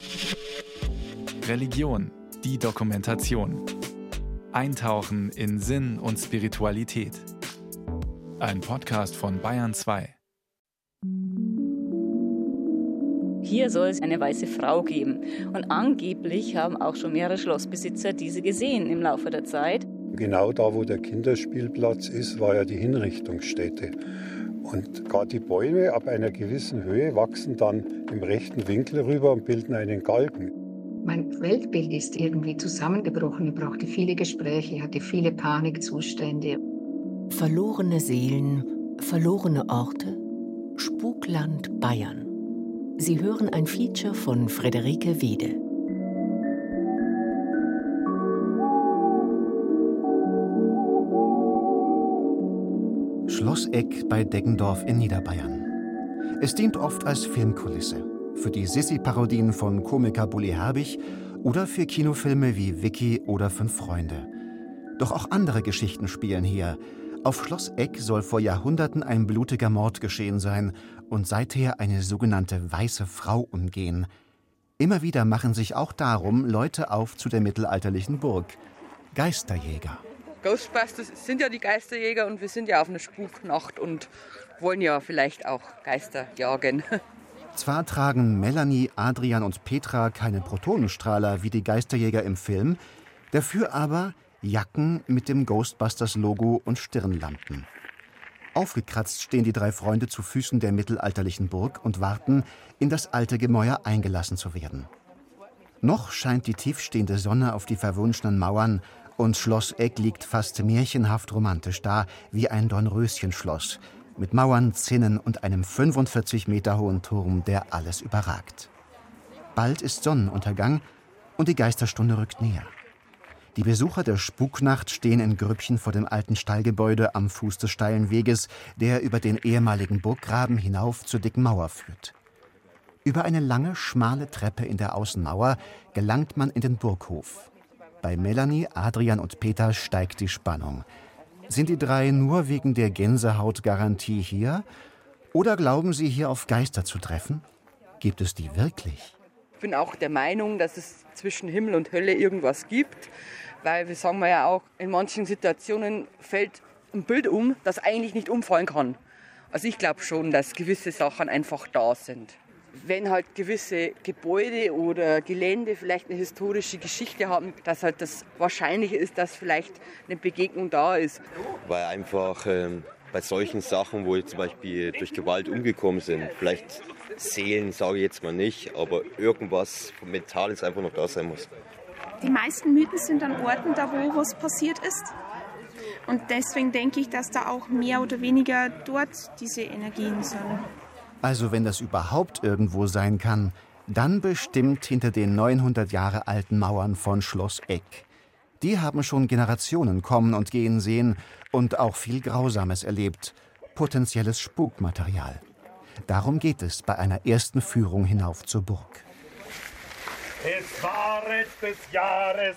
Religion, die Dokumentation. Eintauchen in Sinn und Spiritualität. Ein Podcast von Bayern 2. Hier soll es eine weiße Frau geben. Und angeblich haben auch schon mehrere Schlossbesitzer diese gesehen im Laufe der Zeit. Genau da, wo der Kinderspielplatz ist, war ja die Hinrichtungsstätte. Und gerade die Bäume ab einer gewissen Höhe wachsen dann im rechten Winkel rüber und bilden einen Galgen. Mein Weltbild ist irgendwie zusammengebrochen. Ich brauchte viele Gespräche, hatte viele Panikzustände. Verlorene Seelen, verlorene Orte, Spukland Bayern. Sie hören ein Feature von Friederike Wede. Schloss Eck bei Deggendorf in Niederbayern. Es dient oft als Filmkulisse. Für die Sissi-Parodien von Komiker Bully Herbig oder für Kinofilme wie Vicky oder Fünf Freunde. Doch auch andere Geschichten spielen hier. Auf Schloss Eck soll vor Jahrhunderten ein blutiger Mord geschehen sein und seither eine sogenannte weiße Frau umgehen. Immer wieder machen sich auch darum Leute auf zu der mittelalterlichen Burg. Geisterjäger. Ghostbusters sind ja die Geisterjäger und wir sind ja auf einer Spuknacht und wollen ja vielleicht auch Geister jagen. Zwar tragen Melanie, Adrian und Petra keine Protonenstrahler wie die Geisterjäger im Film, dafür aber Jacken mit dem Ghostbusters-Logo und Stirnlampen. Aufgekratzt stehen die drei Freunde zu Füßen der mittelalterlichen Burg und warten, in das alte Gemäuer eingelassen zu werden. Noch scheint die tiefstehende Sonne auf die verwunschenen Mauern und Schloss Eck liegt fast märchenhaft romantisch da, wie ein Dornröschenschloss, mit Mauern, Zinnen und einem 45 Meter hohen Turm, der alles überragt. Bald ist Sonnenuntergang und die Geisterstunde rückt näher. Die Besucher der Spuknacht stehen in Grüppchen vor dem alten Stallgebäude am Fuß des steilen Weges, der über den ehemaligen Burggraben hinauf zur dicken Mauer führt. Über eine lange, schmale Treppe in der Außenmauer gelangt man in den Burghof. Bei Melanie, Adrian und Peter steigt die Spannung. Sind die drei nur wegen der Gänsehautgarantie hier? Oder glauben sie, hier auf Geister zu treffen? Gibt es die wirklich? Ich bin auch der Meinung, dass es zwischen Himmel und Hölle irgendwas gibt, weil wir sagen ja auch, in manchen Situationen fällt ein Bild um, das eigentlich nicht umfallen kann. Also ich glaube schon, dass gewisse Sachen einfach da sind. Wenn halt gewisse Gebäude oder Gelände vielleicht eine historische Geschichte haben, dass halt das Wahrscheinliche ist, dass vielleicht eine Begegnung da ist. Weil einfach bei solchen Sachen, wo zum Beispiel durch Gewalt umgekommen sind, vielleicht Seelen, sage ich jetzt mal nicht, aber irgendwas Mentales einfach noch da sein muss. Die meisten Mythen sind an Orten da, wo was passiert ist. Und deswegen denke ich, dass da auch mehr oder weniger dort diese Energien sind. Also wenn das überhaupt irgendwo sein kann, dann bestimmt hinter den 900 Jahre alten Mauern von Schloss Eck. Die haben schon Generationen kommen und gehen sehen und auch viel Grausames erlebt. Potenzielles Spukmaterial. Darum geht es bei einer ersten Führung hinauf zur Burg. Es war des Jahres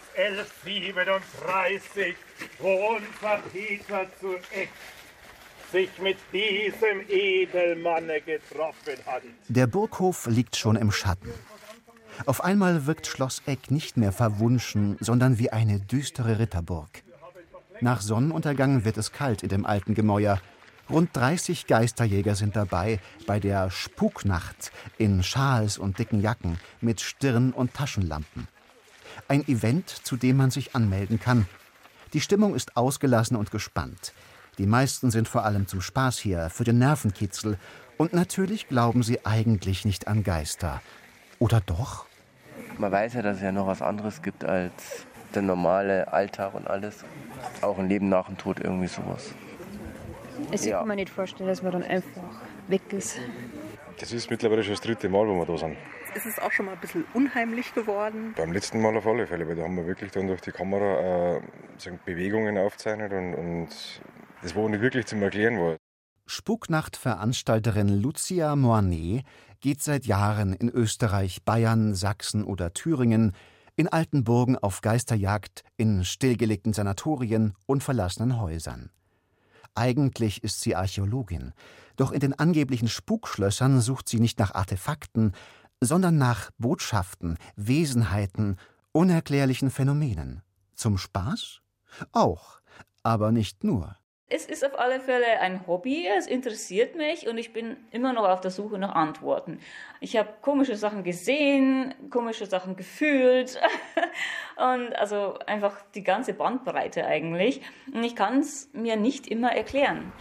1137, wo unser Peter zu Eck sich mit diesem Edelmanne getroffen hat. Der Burghof liegt schon im Schatten. Auf einmal wirkt Schloss Eck nicht mehr verwunschen, sondern wie eine düstere Ritterburg. Nach Sonnenuntergang wird es kalt in dem alten Gemäuer. Rund 30 Geisterjäger sind dabei bei der Spuknacht in Schals und dicken Jacken mit Stirn- und Taschenlampen. Ein Event, zu dem man sich anmelden kann. Die Stimmung ist ausgelassen und gespannt. Die meisten sind vor allem zum Spaß hier, für den Nervenkitzel. Und natürlich glauben sie eigentlich nicht an Geister. Oder doch? Man weiß ja, dass es ja noch was anderes gibt als der normale Alltag und alles. Auch ein Leben nach dem Tod, irgendwie sowas. Also ich kann mir nicht vorstellen, dass man dann einfach weg ist. Das ist mittlerweile schon das 3. Mal, wo wir da sind. Es ist auch schon mal ein bisschen unheimlich geworden. Beim letzten Mal auf alle Fälle, weil da haben wir wirklich dann durch die Kamera Bewegungen aufgezeichnet und das war nicht wirklich zum Erklären war. Spuknacht-Veranstalterin Lucia Moinet geht seit Jahren in Österreich, Bayern, Sachsen oder Thüringen in alten Burgen auf Geisterjagd, in stillgelegten Sanatorien und verlassenen Häusern. Eigentlich ist sie Archäologin, doch in den angeblichen Spukschlössern sucht sie nicht nach Artefakten, sondern nach Botschaften, Wesenheiten, unerklärlichen Phänomenen. Zum Spaß? Auch, aber nicht nur. Es ist auf alle Fälle ein Hobby, es interessiert mich und ich bin immer noch auf der Suche nach Antworten. Ich habe komische Sachen gesehen, komische Sachen gefühlt und also einfach die ganze Bandbreite eigentlich. Und ich kann es mir nicht immer erklären.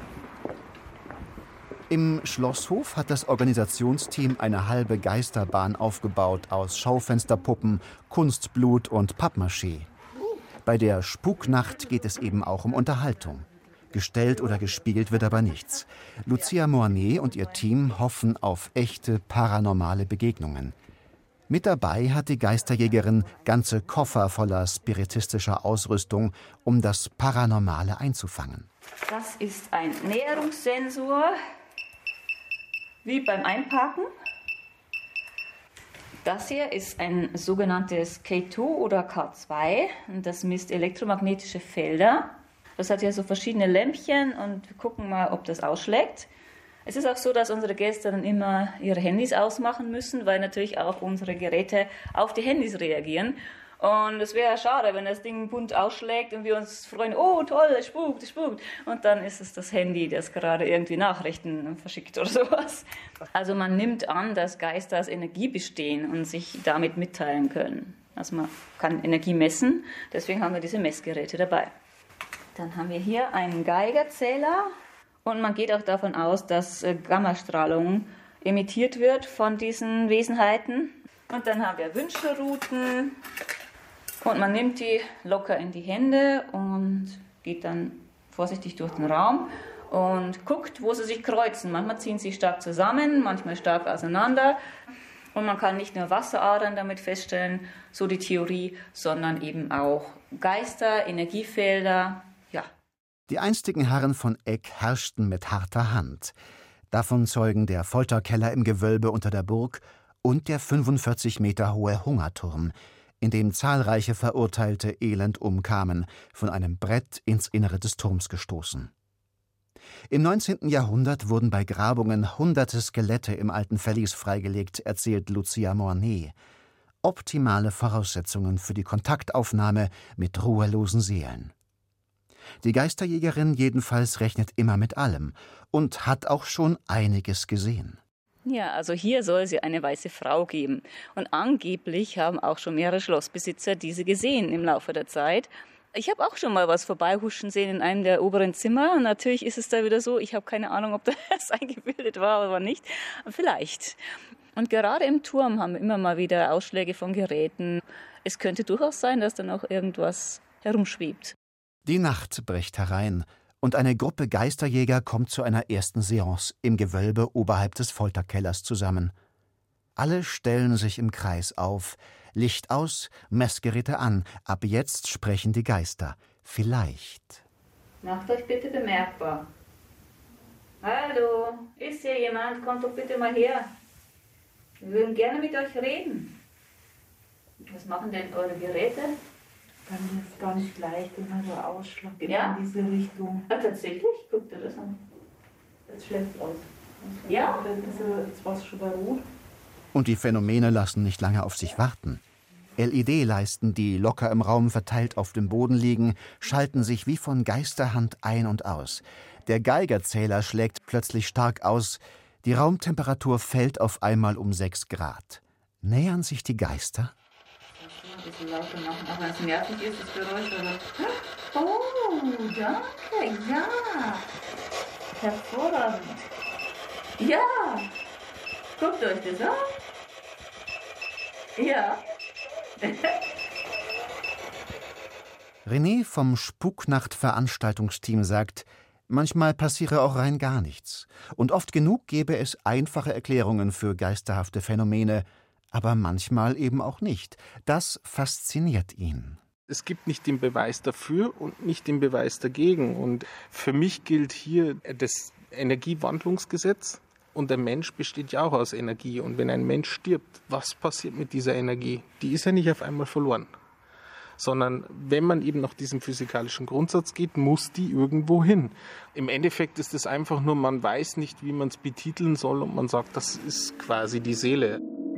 Im Schlosshof hat das Organisationsteam eine halbe Geisterbahn aufgebaut aus Schaufensterpuppen, Kunstblut und Pappmaché. Bei der Spuknacht geht es eben auch um Unterhaltung. Gestellt oder gespielt wird aber nichts. Lucia Mornay und ihr Team hoffen auf echte paranormale Begegnungen. Mit dabei hat die Geisterjägerin ganze Koffer voller spiritistischer Ausrüstung, um das Paranormale einzufangen. Das ist ein Näherungssensor, wie beim Einparken. Das hier ist ein sogenanntes K2 oder K2. Das misst elektromagnetische Felder. Das hat ja so verschiedene Lämpchen und wir gucken mal, ob das ausschlägt. Es ist auch so, dass unsere Gäste dann immer ihre Handys ausmachen müssen, weil natürlich auch unsere Geräte auf die Handys reagieren. Und es wäre schade, wenn das Ding bunt ausschlägt und wir uns freuen, oh toll, es spukt, es spukt. Und dann ist es das Handy, das gerade irgendwie Nachrichten verschickt oder sowas. Also man nimmt an, dass Geister aus Energie bestehen und sich damit mitteilen können. Also man kann Energie messen, deswegen haben wir diese Messgeräte dabei. Dann haben wir hier einen Geigerzähler und man geht auch davon aus, dass Gammastrahlung emittiert wird von diesen Wesenheiten. Und dann haben wir Wünschelruten und man nimmt die locker in die Hände und geht dann vorsichtig durch den Raum und guckt, wo sie sich kreuzen. Manchmal ziehen sie stark zusammen, manchmal stark auseinander. Und man kann nicht nur Wasseradern damit feststellen, so die Theorie, sondern eben auch Geister, Energiefelder. Ja. Die einstigen Herren von Eck herrschten mit harter Hand. Davon zeugen der Folterkeller im Gewölbe unter der Burg und der 45 Meter hohe Hungerturm, in dem zahlreiche Verurteilte elend umkamen, von einem Brett ins Innere des Turms gestoßen. Im 19. Jahrhundert wurden bei Grabungen hunderte Skelette im alten Verlies freigelegt, erzählt Lucia Mornay. Optimale Voraussetzungen für die Kontaktaufnahme mit ruhelosen Seelen. Die Geisterjägerin jedenfalls rechnet immer mit allem und hat auch schon einiges gesehen. Ja, also hier soll es ja eine weiße Frau geben. Und angeblich haben auch schon mehrere Schlossbesitzer diese gesehen im Laufe der Zeit. Ich habe auch schon mal was vorbeihuschen sehen in einem der oberen Zimmer. Und natürlich ist es da wieder so, ich habe keine Ahnung, ob das eingebildet war oder nicht. Vielleicht. Und gerade im Turm haben wir immer mal wieder Ausschläge von Geräten. Es könnte durchaus sein, dass dann auch irgendwas herumschwebt. Die Nacht bricht herein und eine Gruppe Geisterjäger kommt zu einer ersten Seance im Gewölbe oberhalb des Folterkellers zusammen. Alle stellen sich im Kreis auf. Licht aus, Messgeräte an. Ab jetzt sprechen die Geister. Vielleicht. Macht euch bitte bemerkbar. Hallo, ist hier jemand? Kommt doch bitte mal her. Wir würden gerne mit euch reden. Was machen denn eure Geräte? Bei mir ist gar nicht leicht, immer so Ausschlag in diese Richtung. Ah, tatsächlich? Guck dir das an. Das schlägt aus. Ja? Jetzt war es schon bei Rot. Und die Phänomene lassen nicht lange auf sich warten. LED-Leisten, die locker im Raum verteilt auf dem Boden liegen, schalten sich wie von Geisterhand ein und aus. Der Geigerzähler schlägt plötzlich stark aus. Die Raumtemperatur fällt auf einmal um 6 Grad. Nähern sich die Geister? Ein bisschen lauter machen, auch wenn es nervig ist, das Geräusch, aber... Oh, danke, ja. Hervorragend. Ja. Guckt euch das an. Ja. René vom Spuknacht-Veranstaltungsteam sagt, manchmal passiere auch rein gar nichts. Und oft genug gäbe es einfache Erklärungen für geisterhafte Phänomene, aber manchmal eben auch nicht. Das fasziniert ihn. Es gibt nicht den Beweis dafür und nicht den Beweis dagegen. Und für mich gilt hier das Energiewandlungsgesetz. Und der Mensch besteht ja auch aus Energie. Und wenn ein Mensch stirbt, was passiert mit dieser Energie? Die ist ja nicht auf einmal verloren. Sondern wenn man eben nach diesem physikalischen Grundsatz geht, muss die irgendwo hin. Im Endeffekt ist es einfach nur, man weiß nicht, wie man es betiteln soll und man sagt, das ist quasi die Seele.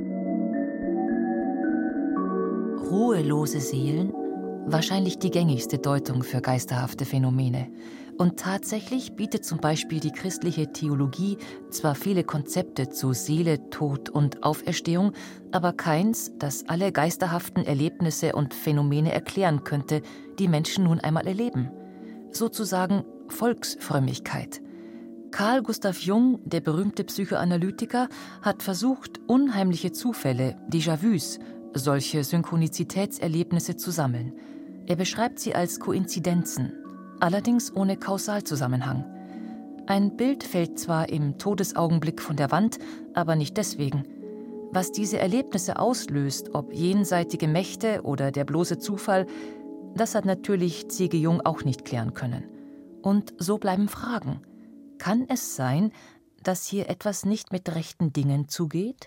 ruhelose Seelen, wahrscheinlich die gängigste Deutung für geisterhafte Phänomene. Und tatsächlich bietet zum Beispiel die christliche Theologie zwar viele Konzepte zu Seele, Tod und Auferstehung, aber keins, das alle geisterhaften Erlebnisse und Phänomene erklären könnte, die Menschen nun einmal erleben. Sozusagen Volksfrömmigkeit. Carl Gustav Jung, der berühmte Psychoanalytiker, hat versucht, unheimliche Zufälle, Déjà-vus, solche Synchronizitätserlebnisse zu sammeln. Er beschreibt sie als Koinzidenzen, allerdings ohne Kausalzusammenhang. Ein Bild fällt zwar im Todesaugenblick von der Wand, aber nicht deswegen. Was diese Erlebnisse auslöst, ob jenseitige Mächte oder der bloße Zufall, das hat natürlich C.G. Jung auch nicht klären können. Und so bleiben Fragen. Kann es sein, dass hier etwas nicht mit rechten Dingen zugeht?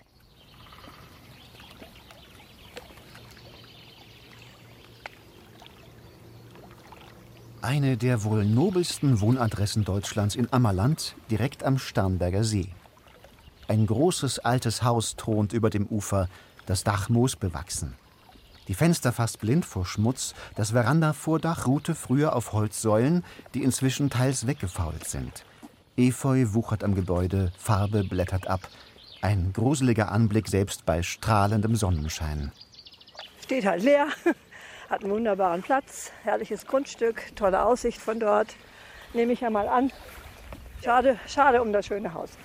Eine der wohl nobelsten Wohnadressen Deutschlands in Ammerland, direkt am Starnberger See. Ein großes altes Haus thront über dem Ufer, das Dach moosbewachsen. Die Fenster fast blind vor Schmutz, das Verandavordach ruhte früher auf Holzsäulen, die inzwischen teils weggefault sind. Efeu wuchert am Gebäude, Farbe blättert ab. Ein gruseliger Anblick selbst bei strahlendem Sonnenschein. Steht halt leer, hat einen wunderbaren Platz, herrliches Grundstück, tolle Aussicht von dort. Nehme ich ja mal an. Schade um das schöne Haus.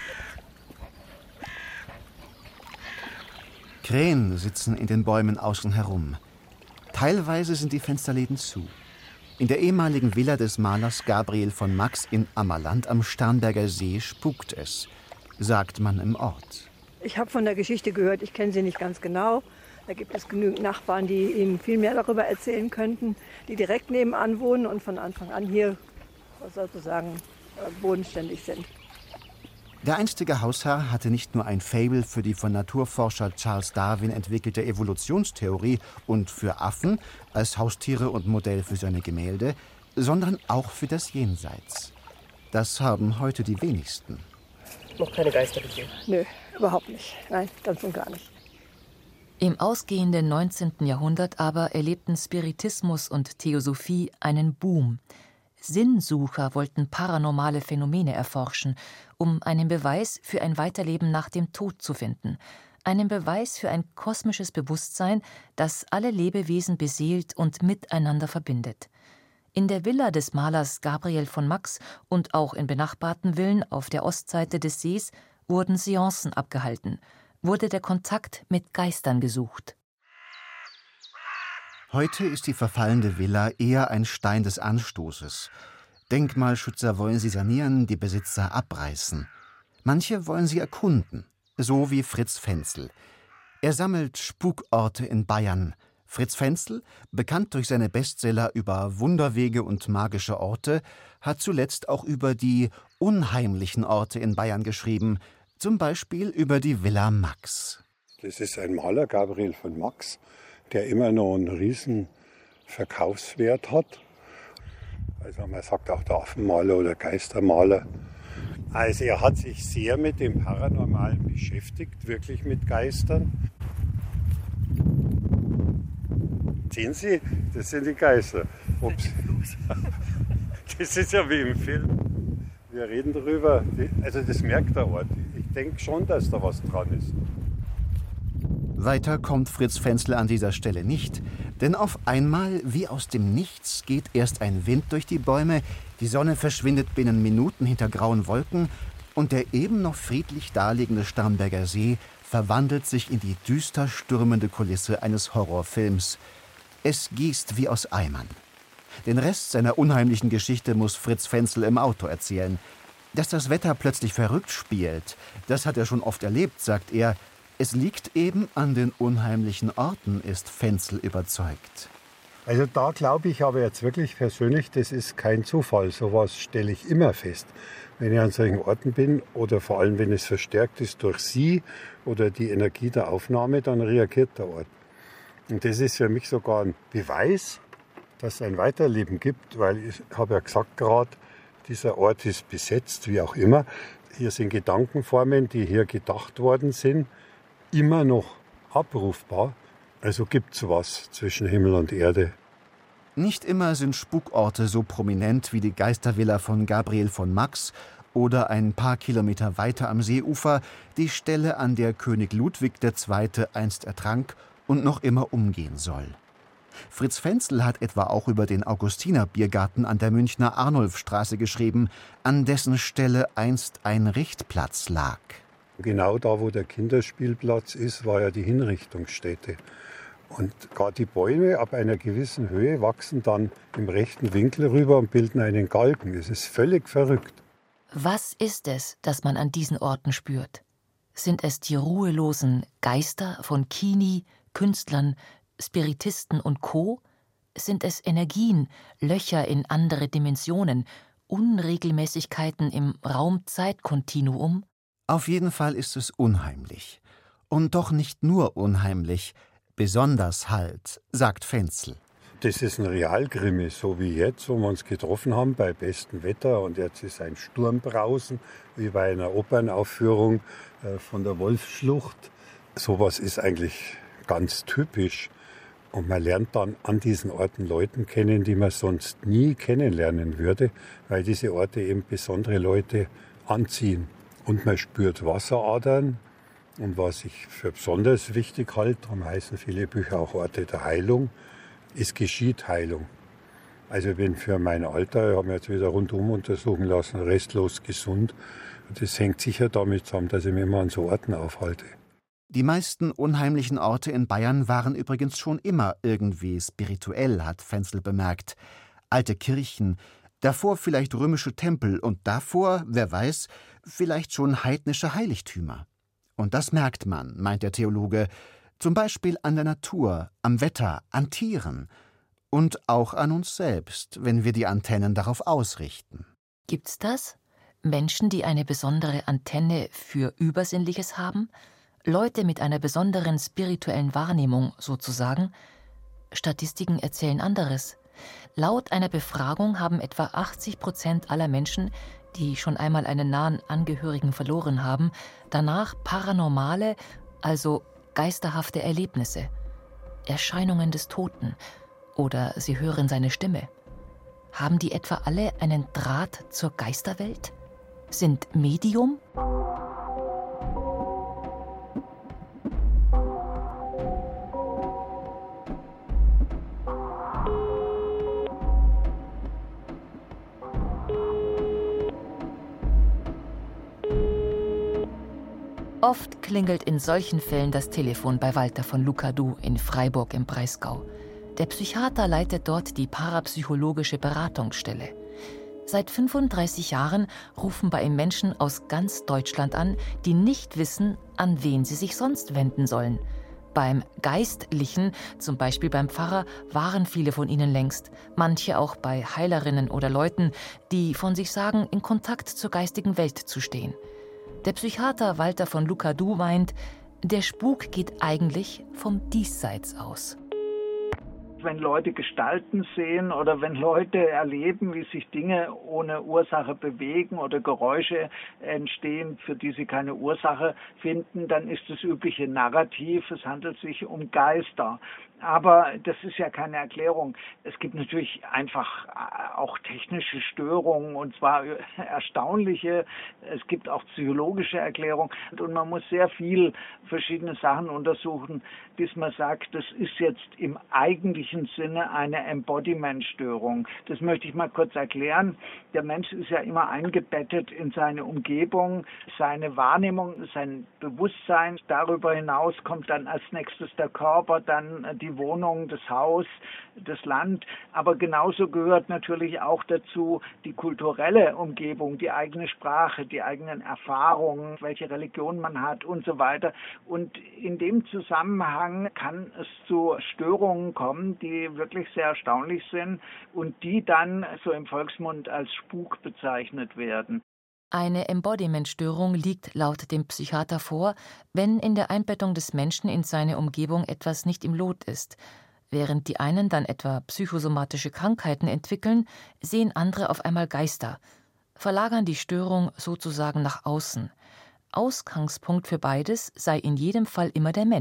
Krähen sitzen in den Bäumen außen herum. Teilweise sind die Fensterläden zu. In der ehemaligen Villa des Malers Gabriel von Max in Ammerland am Starnberger See spukt es, sagt man im Ort. Ich habe von der Geschichte gehört, ich kenne sie nicht ganz genau. Da gibt es genügend Nachbarn, die Ihnen viel mehr darüber erzählen könnten, die direkt nebenan wohnen und von Anfang an hier sozusagen bodenständig sind. Der einstige Hausherr hatte nicht nur ein Faible für die von Naturforscher Charles Darwin entwickelte Evolutionstheorie und für Affen als Haustiere und Modell für seine Gemälde, sondern auch für das Jenseits. Das haben heute die wenigsten. Noch keine Geister gesehen? Nö, überhaupt nicht. Nein, ganz und gar nicht. Im ausgehenden 19. Jahrhundert aber erlebten Spiritismus und Theosophie einen Boom. Sinnsucher wollten paranormale Phänomene erforschen, um einen Beweis für ein Weiterleben nach dem Tod zu finden. Einen Beweis für ein kosmisches Bewusstsein, das alle Lebewesen beseelt und miteinander verbindet. In der Villa des Malers Gabriel von Max und auch in benachbarten Villen auf der Ostseite des Sees wurden Seancen abgehalten, wurde der Kontakt mit Geistern gesucht. Heute ist die verfallende Villa eher ein Stein des Anstoßes. Denkmalschützer wollen sie sanieren, die Besitzer abreißen. Manche wollen sie erkunden, so wie Fritz Fenzel. Er sammelt Spukorte in Bayern. Fritz Fenzel, bekannt durch seine Bestseller über Wunderwege und magische Orte, hat zuletzt auch über die unheimlichen Orte in Bayern geschrieben, zum Beispiel über die Villa Max. Das ist ein Maler, Gabriel von Max, der immer noch einen riesen Verkaufswert hat. Also man sagt auch der Affenmaler oder Geistermaler. Also er hat sich sehr mit dem Paranormalen beschäftigt, wirklich mit Geistern. Sehen Sie, das sind die Geister. Ups. Das ist ja wie im Film. Wir reden darüber, also das merkt der Ort. Ich denke schon, dass da was dran ist. Weiter kommt Fritz Fenzel an dieser Stelle nicht, denn auf einmal, wie aus dem Nichts, geht erst ein Wind durch die Bäume, die Sonne verschwindet binnen Minuten hinter grauen Wolken und der eben noch friedlich daliegende Starnberger See verwandelt sich in die düster stürmende Kulisse eines Horrorfilms. Es gießt wie aus Eimern. Den Rest seiner unheimlichen Geschichte muss Fritz Fenzel im Auto erzählen. Dass das Wetter plötzlich verrückt spielt, das hat er schon oft erlebt, sagt er. Es liegt eben an den unheimlichen Orten, ist Fenzel überzeugt. Also da glaube ich aber jetzt wirklich persönlich, das ist kein Zufall. Sowas stelle ich immer fest, wenn ich an solchen Orten bin oder vor allem, wenn es verstärkt ist durch Sie oder die Energie der Aufnahme, dann reagiert der Ort. Und das ist für mich sogar ein Beweis, dass es ein Weiterleben gibt, weil ich habe ja gesagt gerade, dieser Ort ist besetzt, wie auch immer. Hier sind Gedankenformen, die hier gedacht worden sind, immer noch abrufbar. Also gibt es was zwischen Himmel und Erde. Nicht immer sind Spukorte so prominent wie die Geistervilla von Gabriel von Max oder ein paar Kilometer weiter am Seeufer die Stelle, an der König Ludwig II. Einst ertrank und noch immer umgehen soll. Fritz Fenzl hat etwa auch über den Augustinerbiergarten an der Münchner Arnulfstraße geschrieben, an dessen Stelle einst ein Richtplatz lag. Genau da, wo der Kinderspielplatz ist, war ja die Hinrichtungsstätte. Und gerade die Bäume ab einer gewissen Höhe wachsen dann im rechten Winkel rüber und bilden einen Galgen. Das ist völlig verrückt. Was ist es, das man an diesen Orten spürt? Sind es die ruhelosen Geister von Kini, Künstlern, Spiritisten und Co.? Sind es Energien, Löcher in andere Dimensionen, Unregelmäßigkeiten im Raum-Zeit-Kontinuum? Auf jeden Fall ist es unheimlich. Und doch nicht nur unheimlich, besonders halt, sagt Fenzl. Das ist ein Realkrimi, so wie jetzt, wo wir uns getroffen haben bei bestem Wetter. Und jetzt ist ein Sturmbrausen, wie bei einer Opernaufführung von der Wolfsschlucht. Sowas ist eigentlich ganz typisch. Und man lernt dann an diesen Orten Leute kennen, die man sonst nie kennenlernen würde, weil diese Orte eben besondere Leute anziehen. Und man spürt Wasseradern. Und was ich für besonders wichtig halte, darum heißen viele Bücher auch Orte der Heilung, ist Geschieheilung. Also ich bin für mein Alter, ich habe mich jetzt wieder rundum untersuchen lassen, restlos gesund. Das hängt sicher damit zusammen, dass ich mich immer an so Orten aufhalte. Die meisten unheimlichen Orte in Bayern waren übrigens schon immer irgendwie spirituell, hat Fenzl bemerkt. Alte Kirchen, davor vielleicht römische Tempel und davor, wer weiß, vielleicht schon heidnische Heiligtümer. Und das merkt man, meint der Theologe, zum Beispiel an der Natur, am Wetter, an Tieren und auch an uns selbst, wenn wir die Antennen darauf ausrichten. Gibt's das? Menschen, die eine besondere Antenne für Übersinnliches haben? Leute mit einer besonderen spirituellen Wahrnehmung sozusagen? Statistiken erzählen anderes. Laut einer Befragung haben etwa 80% aller Menschen, die schon einmal einen nahen Angehörigen verloren haben, danach paranormale, also geisterhafte Erlebnisse, Erscheinungen des Toten, oder sie hören seine Stimme. Haben die etwa alle einen Draht zur Geisterwelt? Sind Medium? Oft klingelt in solchen Fällen das Telefon bei Walter von Lucadou in Freiburg im Breisgau. Der Psychiater leitet dort die parapsychologische Beratungsstelle. Seit 35 Jahren rufen bei ihm Menschen aus ganz Deutschland an, die nicht wissen, an wen sie sich sonst wenden sollen. Beim Geistlichen, zum Beispiel beim Pfarrer, waren viele von ihnen längst. Manche auch bei Heilerinnen oder Leuten, die von sich sagen, in Kontakt zur geistigen Welt zu stehen. Der Psychiater Walter von Lucadou meint, der Spuk geht eigentlich vom Diesseits aus. Wenn Leute Gestalten sehen oder wenn Leute erleben, wie sich Dinge ohne Ursache bewegen oder Geräusche entstehen, für die sie keine Ursache finden, dann ist das übliche Narrativ, es handelt sich um Geister. Aber das ist ja keine Erklärung. Es gibt natürlich einfach auch technische Störungen, und zwar erstaunliche. Es gibt auch psychologische Erklärungen. Und man muss sehr viel verschiedene Sachen untersuchen, bis man sagt, das ist jetzt im eigentlichen Sinne eine Embodiment-Störung. Das möchte ich mal kurz erklären. Der Mensch ist ja immer eingebettet in seine Umgebung, seine Wahrnehmung, sein Bewusstsein. Darüber hinaus kommt dann als nächstes der Körper, dann die Wohnung, das Haus, das Land. Aber genauso gehört natürlich auch dazu die kulturelle Umgebung, die eigene Sprache, die eigenen Erfahrungen, welche Religion man hat und so weiter. Und in dem Zusammenhang kann es zu Störungen kommen, die wirklich sehr erstaunlich sind und die dann so im Volksmund als Spuk bezeichnet werden. Eine Embodiment-Störung liegt laut dem Psychiater vor, wenn in der Einbettung des Menschen in seine Umgebung etwas nicht im Lot ist. Während die einen dann etwa psychosomatische Krankheiten entwickeln, sehen andere auf einmal Geister, verlagern die Störung sozusagen nach außen. Ausgangspunkt für beides sei in jedem Fall immer der Mensch,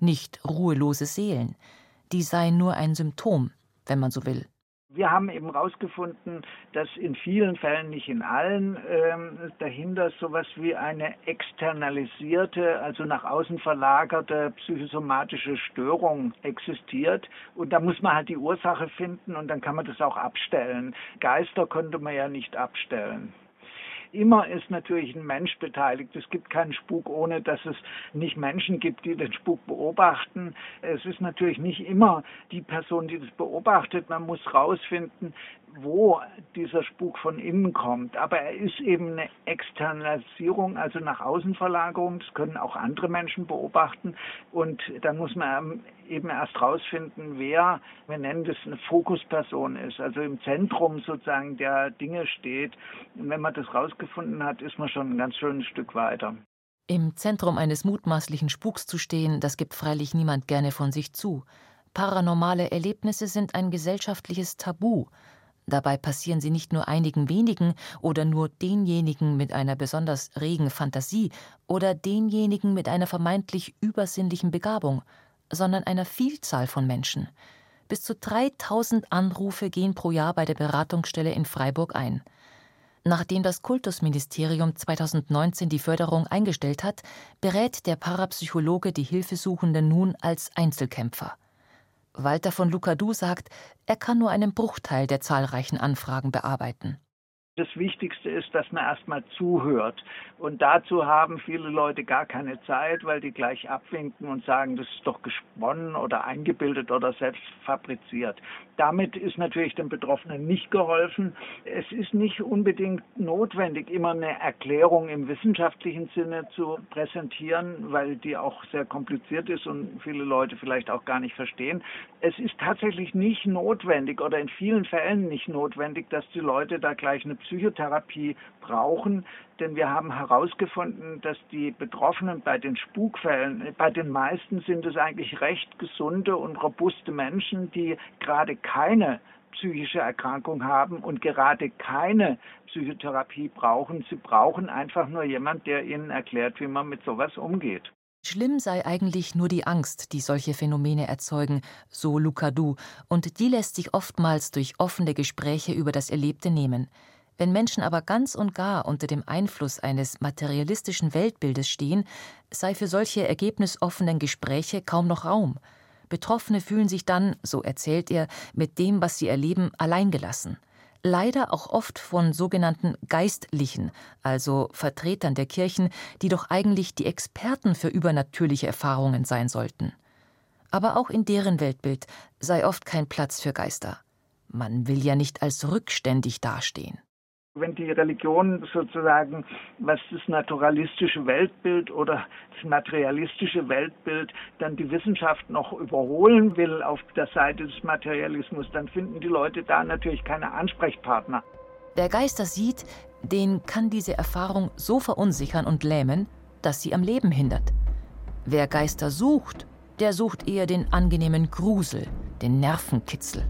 nicht ruhelose Seelen. Die seien nur ein Symptom, wenn man so will. Wir haben eben herausgefunden, dass in vielen Fällen, nicht in allen, dahinter sowas wie eine externalisierte, also nach außen verlagerte psychosomatische Störung existiert. Und da muss man halt die Ursache finden und dann kann man das auch abstellen. Geister konnte man ja nicht abstellen. Immer ist natürlich ein Mensch beteiligt. Es gibt keinen Spuk, ohne dass es nicht Menschen gibt, die den Spuk beobachten. Es ist natürlich nicht immer die Person, die das beobachtet. Man muss rausfinden, wo dieser Spuk von innen kommt. Aber er ist eben eine Externalisierung, also nach Außenverlagerung. Das können auch andere Menschen beobachten. Und dann muss man eben erst rausfinden, wer, wir nennen das eine Fokusperson ist, also im Zentrum sozusagen der Dinge steht. Und wenn man das rausgefunden hat, ist man schon ein ganz schönes Stück weiter. Im Zentrum eines mutmaßlichen Spuks zu stehen, das gibt freilich niemand gerne von sich zu. Paranormale Erlebnisse sind ein gesellschaftliches Tabu. Dabei passieren sie nicht nur einigen wenigen oder nur denjenigen mit einer besonders regen Fantasie oder denjenigen mit einer vermeintlich übersinnlichen Begabung, sondern einer Vielzahl von Menschen. Bis zu 3000 Anrufe gehen pro Jahr bei der Beratungsstelle in Freiburg ein. Nachdem das Kultusministerium 2019 die Förderung eingestellt hat, berät der Parapsychologe die Hilfesuchenden nun als Einzelkämpfer. Walter von Lucadou sagt, er kann nur einen Bruchteil der zahlreichen Anfragen bearbeiten. Das Wichtigste ist, dass man erstmal zuhört. Und dazu haben viele Leute gar keine Zeit, weil die gleich abwinken und sagen, das ist doch gesponnen oder eingebildet oder selbst fabriziert. Damit ist natürlich den Betroffenen nicht geholfen. Es ist nicht unbedingt notwendig, immer eine Erklärung im wissenschaftlichen Sinne zu präsentieren, weil die auch sehr kompliziert ist und viele Leute vielleicht auch gar nicht verstehen. Es ist tatsächlich nicht notwendig oder in vielen Fällen nicht notwendig, dass die Leute da gleich eine Psychotherapie brauchen, denn wir haben herausgefunden, dass die Betroffenen bei den Spukfällen, bei den meisten sind es eigentlich recht gesunde und robuste Menschen, die gerade keine psychische Erkrankung haben und gerade keine Psychotherapie brauchen. Sie brauchen einfach nur jemand, der ihnen erklärt, wie man mit sowas umgeht. Schlimm sei eigentlich nur die Angst, die solche Phänomene erzeugen, so Lucadou, und die lässt sich oftmals durch offene Gespräche über das Erlebte nehmen. Wenn Menschen aber ganz und gar unter dem Einfluss eines materialistischen Weltbildes stehen, sei für solche ergebnisoffenen Gespräche kaum noch Raum. Betroffene fühlen sich dann, so erzählt er, mit dem, was sie erleben, alleingelassen. Leider auch oft von sogenannten Geistlichen, also Vertretern der Kirchen, die doch eigentlich die Experten für übernatürliche Erfahrungen sein sollten. Aber auch in deren Weltbild sei oft kein Platz für Geister. Man will ja nicht als rückständig dastehen. Wenn die Religion sozusagen, was das naturalistische Weltbild oder das materialistische Weltbild dann die Wissenschaft noch überholen will auf der Seite des Materialismus, dann finden die Leute da natürlich keine Ansprechpartner. Wer Geister sieht, den kann diese Erfahrung so verunsichern und lähmen, dass sie am Leben hindert. Wer Geister sucht, der sucht eher den angenehmen Grusel, den Nervenkitzel.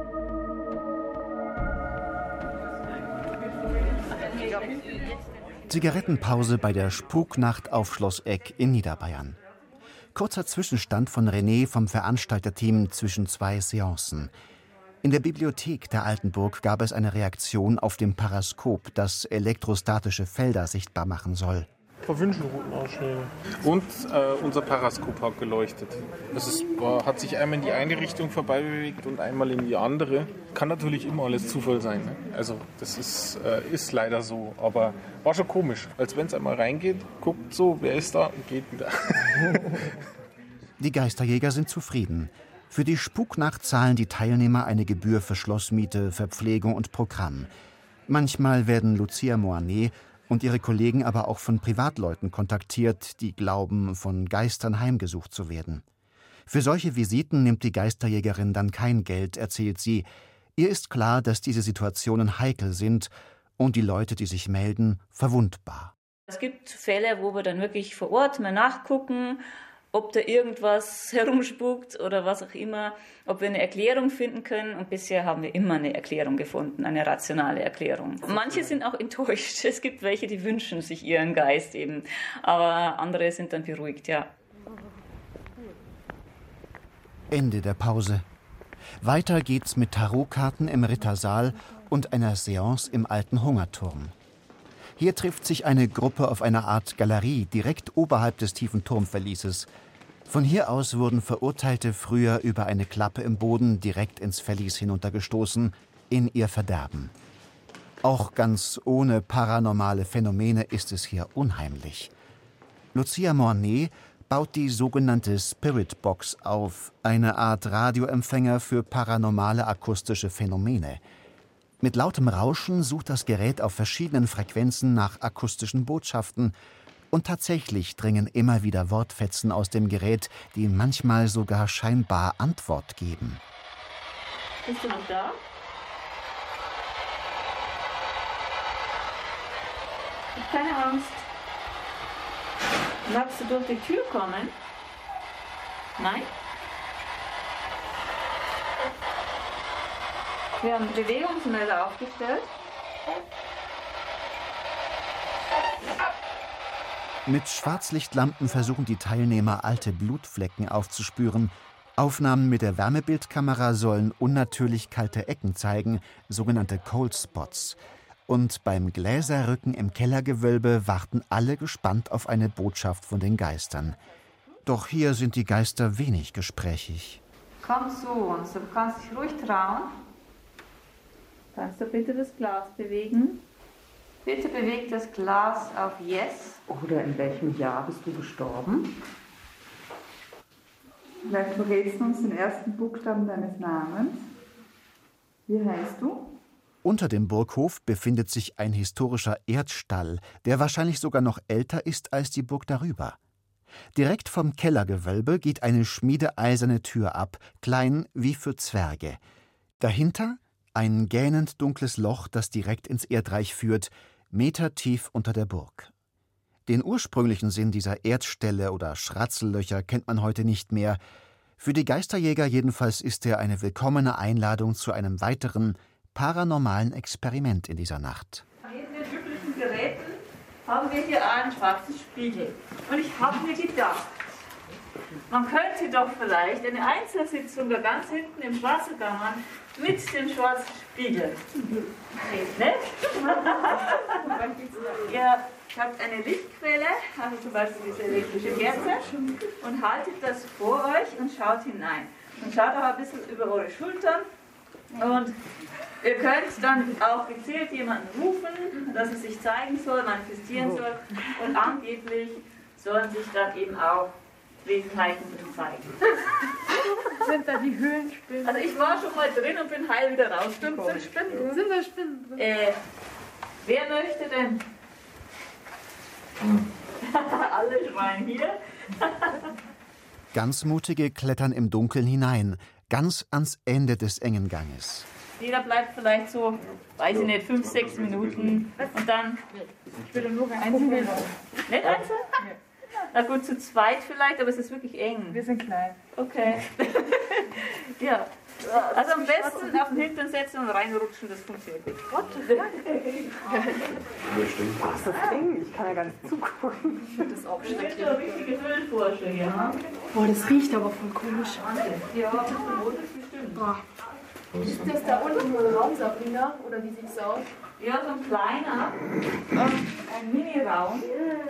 Zigarettenpause bei der Spuknacht auf Schloss Eck in Niederbayern. Kurzer Zwischenstand von René vom Veranstalterteam zwischen zwei Seancen. In der Bibliothek der Altenburg gab es eine Reaktion auf dem Paraskop, das elektrostatische Felder sichtbar machen soll. Wünschelroutenausschläge. Und unser Paraskop hat geleuchtet. Es hat sich einmal in die eine Richtung vorbei bewegt und einmal in die andere. Kann natürlich immer alles Zufall sein. Ne? Also das ist leider so. Aber war schon komisch. Als wenn es einmal reingeht, guckt so, wer ist da und geht wieder. Die Geisterjäger sind zufrieden. Für die Spuknacht zahlen die Teilnehmer eine Gebühr für Schlossmiete, Verpflegung und Programm. Manchmal werden Lucia Moanet und ihre Kollegen aber auch von Privatleuten kontaktiert, die glauben, von Geistern heimgesucht zu werden. Für solche Visiten nimmt die Geisterjägerin dann kein Geld, erzählt sie. Ihr ist klar, dass diese Situationen heikel sind und die Leute, die sich melden, verwundbar. Es gibt Fälle, wo wir dann wirklich vor Ort mal nachgucken, ob da irgendwas herumspukt oder was auch immer, ob wir eine Erklärung finden können. Und bisher haben wir immer eine Erklärung gefunden, eine rationale Erklärung. Manche sind auch enttäuscht. Es gibt welche, die wünschen sich ihren Geist eben. Aber andere sind dann beruhigt, ja. Ende der Pause. Weiter geht's mit Tarotkarten im Rittersaal und einer Seance im alten Hungerturm. Hier trifft sich eine Gruppe auf einer Art Galerie direkt oberhalb des tiefen Turmverlieses. Von hier aus wurden Verurteilte früher über eine Klappe im Boden direkt ins Verlies hinuntergestoßen, in ihr Verderben. Auch ganz ohne paranormale Phänomene ist es hier unheimlich. Lucia Mornay baut die sogenannte Spirit Box auf, eine Art Radioempfänger für paranormale akustische Phänomene. Mit lautem Rauschen sucht das Gerät auf verschiedenen Frequenzen nach akustischen Botschaften und tatsächlich dringen immer wieder Wortfetzen aus dem Gerät, die manchmal sogar scheinbar Antwort geben. Bist du noch da? Keine Angst. Magst du durch die Tür kommen? Nein? Wir haben Bewegungsmelder aufgestellt. Mit Schwarzlichtlampen versuchen die Teilnehmer, alte Blutflecken aufzuspüren. Aufnahmen mit der Wärmebildkamera sollen unnatürlich kalte Ecken zeigen, sogenannte Cold Spots. Und beim Gläserrücken im Kellergewölbe warten alle gespannt auf eine Botschaft von den Geistern. Doch hier sind die Geister wenig gesprächig. Komm zu uns, du kannst dich ruhig trauen. Kannst du bitte das Glas bewegen? Bitte beweg das Glas auf Yes. Oder in welchem Jahr bist du gestorben? Vielleicht verrätst du uns den ersten Buchstaben deines Namens. Wie heißt du? Unter dem Burghof befindet sich ein historischer Erdstall, der wahrscheinlich sogar noch älter ist als die Burg darüber. Direkt vom Kellergewölbe geht eine schmiedeeiserne Tür ab, klein wie für Zwerge. Dahinter ein gähnend dunkles Loch, das direkt ins Erdreich führt, metertief unter der Burg. Den ursprünglichen Sinn dieser Erdställe oder Schratzellöcher kennt man heute nicht mehr. Für die Geisterjäger jedenfalls ist er eine willkommene Einladung zu einem weiteren paranormalen Experiment in dieser Nacht. Neben den üblichen Geräten haben wir hier einen schwarzen Spiegel. Und ich habe mir gedacht, man könnte doch vielleicht eine Einzelsitzung da ganz hinten im Straßengammern mit dem schwarzen Spiegel. Ne? Ihr habt eine Lichtquelle, also zum Beispiel diese elektrische Kerze, und haltet das vor euch und schaut hinein. Und schaut auch ein bisschen über eure Schultern. Und ihr könnt dann auch gezielt jemanden rufen, dass er sich zeigen soll, manifestieren soll. Und angeblich sollen sich dann eben auch Wesenheiten zeigen. Sind da die Höhlenspinnen? Also ich war schon mal drin und bin heil wieder raus. Sind Spinnen? Sind da Spinnen drin? Wer möchte denn? Alle schreien hier. Ganz Mutige klettern im Dunkeln hinein, ganz ans Ende des engen Ganges. Jeder bleibt vielleicht so, weiß ich nicht, 5, 6 Minuten und dann... Ich will nur einzeln. Nicht einzeln? Na gut, zu zweit vielleicht, aber es ist wirklich eng. Wir sind klein. Okay. Ja. Also am besten auf den Hintern setzen und reinrutschen, das funktioniert nicht. Gott, das ist eng, ich kann ja gar nicht zugucken. Ich finde das auch schrecklich. Ich bin der richtige Höhlenforscher hier. Boah, das riecht aber voll komisch. Ja, das ist bestimmt. Boah. Ist das da unten ein Raum, Sabrina? Oder wie sieht es aus? Ja, so ein kleiner, ein Mini-Raum.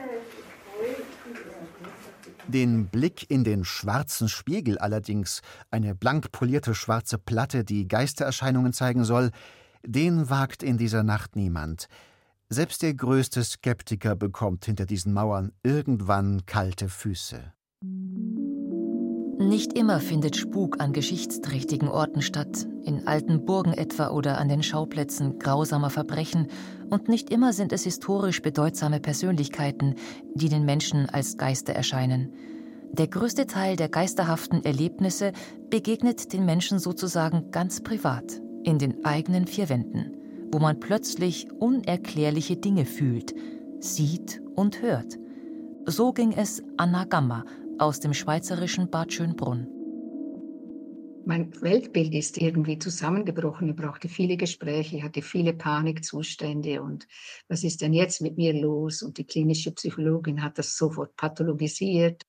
Den Blick in den schwarzen Spiegel allerdings, eine blank polierte schwarze Platte, die Geistererscheinungen zeigen soll, den wagt in dieser Nacht niemand. Selbst der größte Skeptiker bekommt hinter diesen Mauern irgendwann kalte Füße. Nicht immer findet Spuk an geschichtsträchtigen Orten statt, in alten Burgen etwa oder an den Schauplätzen grausamer Verbrechen, und nicht immer sind es historisch bedeutsame Persönlichkeiten, die den Menschen als Geister erscheinen. Der größte Teil der geisterhaften Erlebnisse begegnet den Menschen sozusagen ganz privat, in den eigenen 4 Wänden, wo man plötzlich unerklärliche Dinge fühlt, sieht und hört. So ging es Anna Gamma aus dem schweizerischen Bad Schönbrunn. Mein Weltbild ist irgendwie zusammengebrochen. Ich brauchte viele Gespräche, ich hatte viele Panikzustände und was ist denn jetzt mit mir los? Und die klinische Psychologin hat das sofort pathologisiert.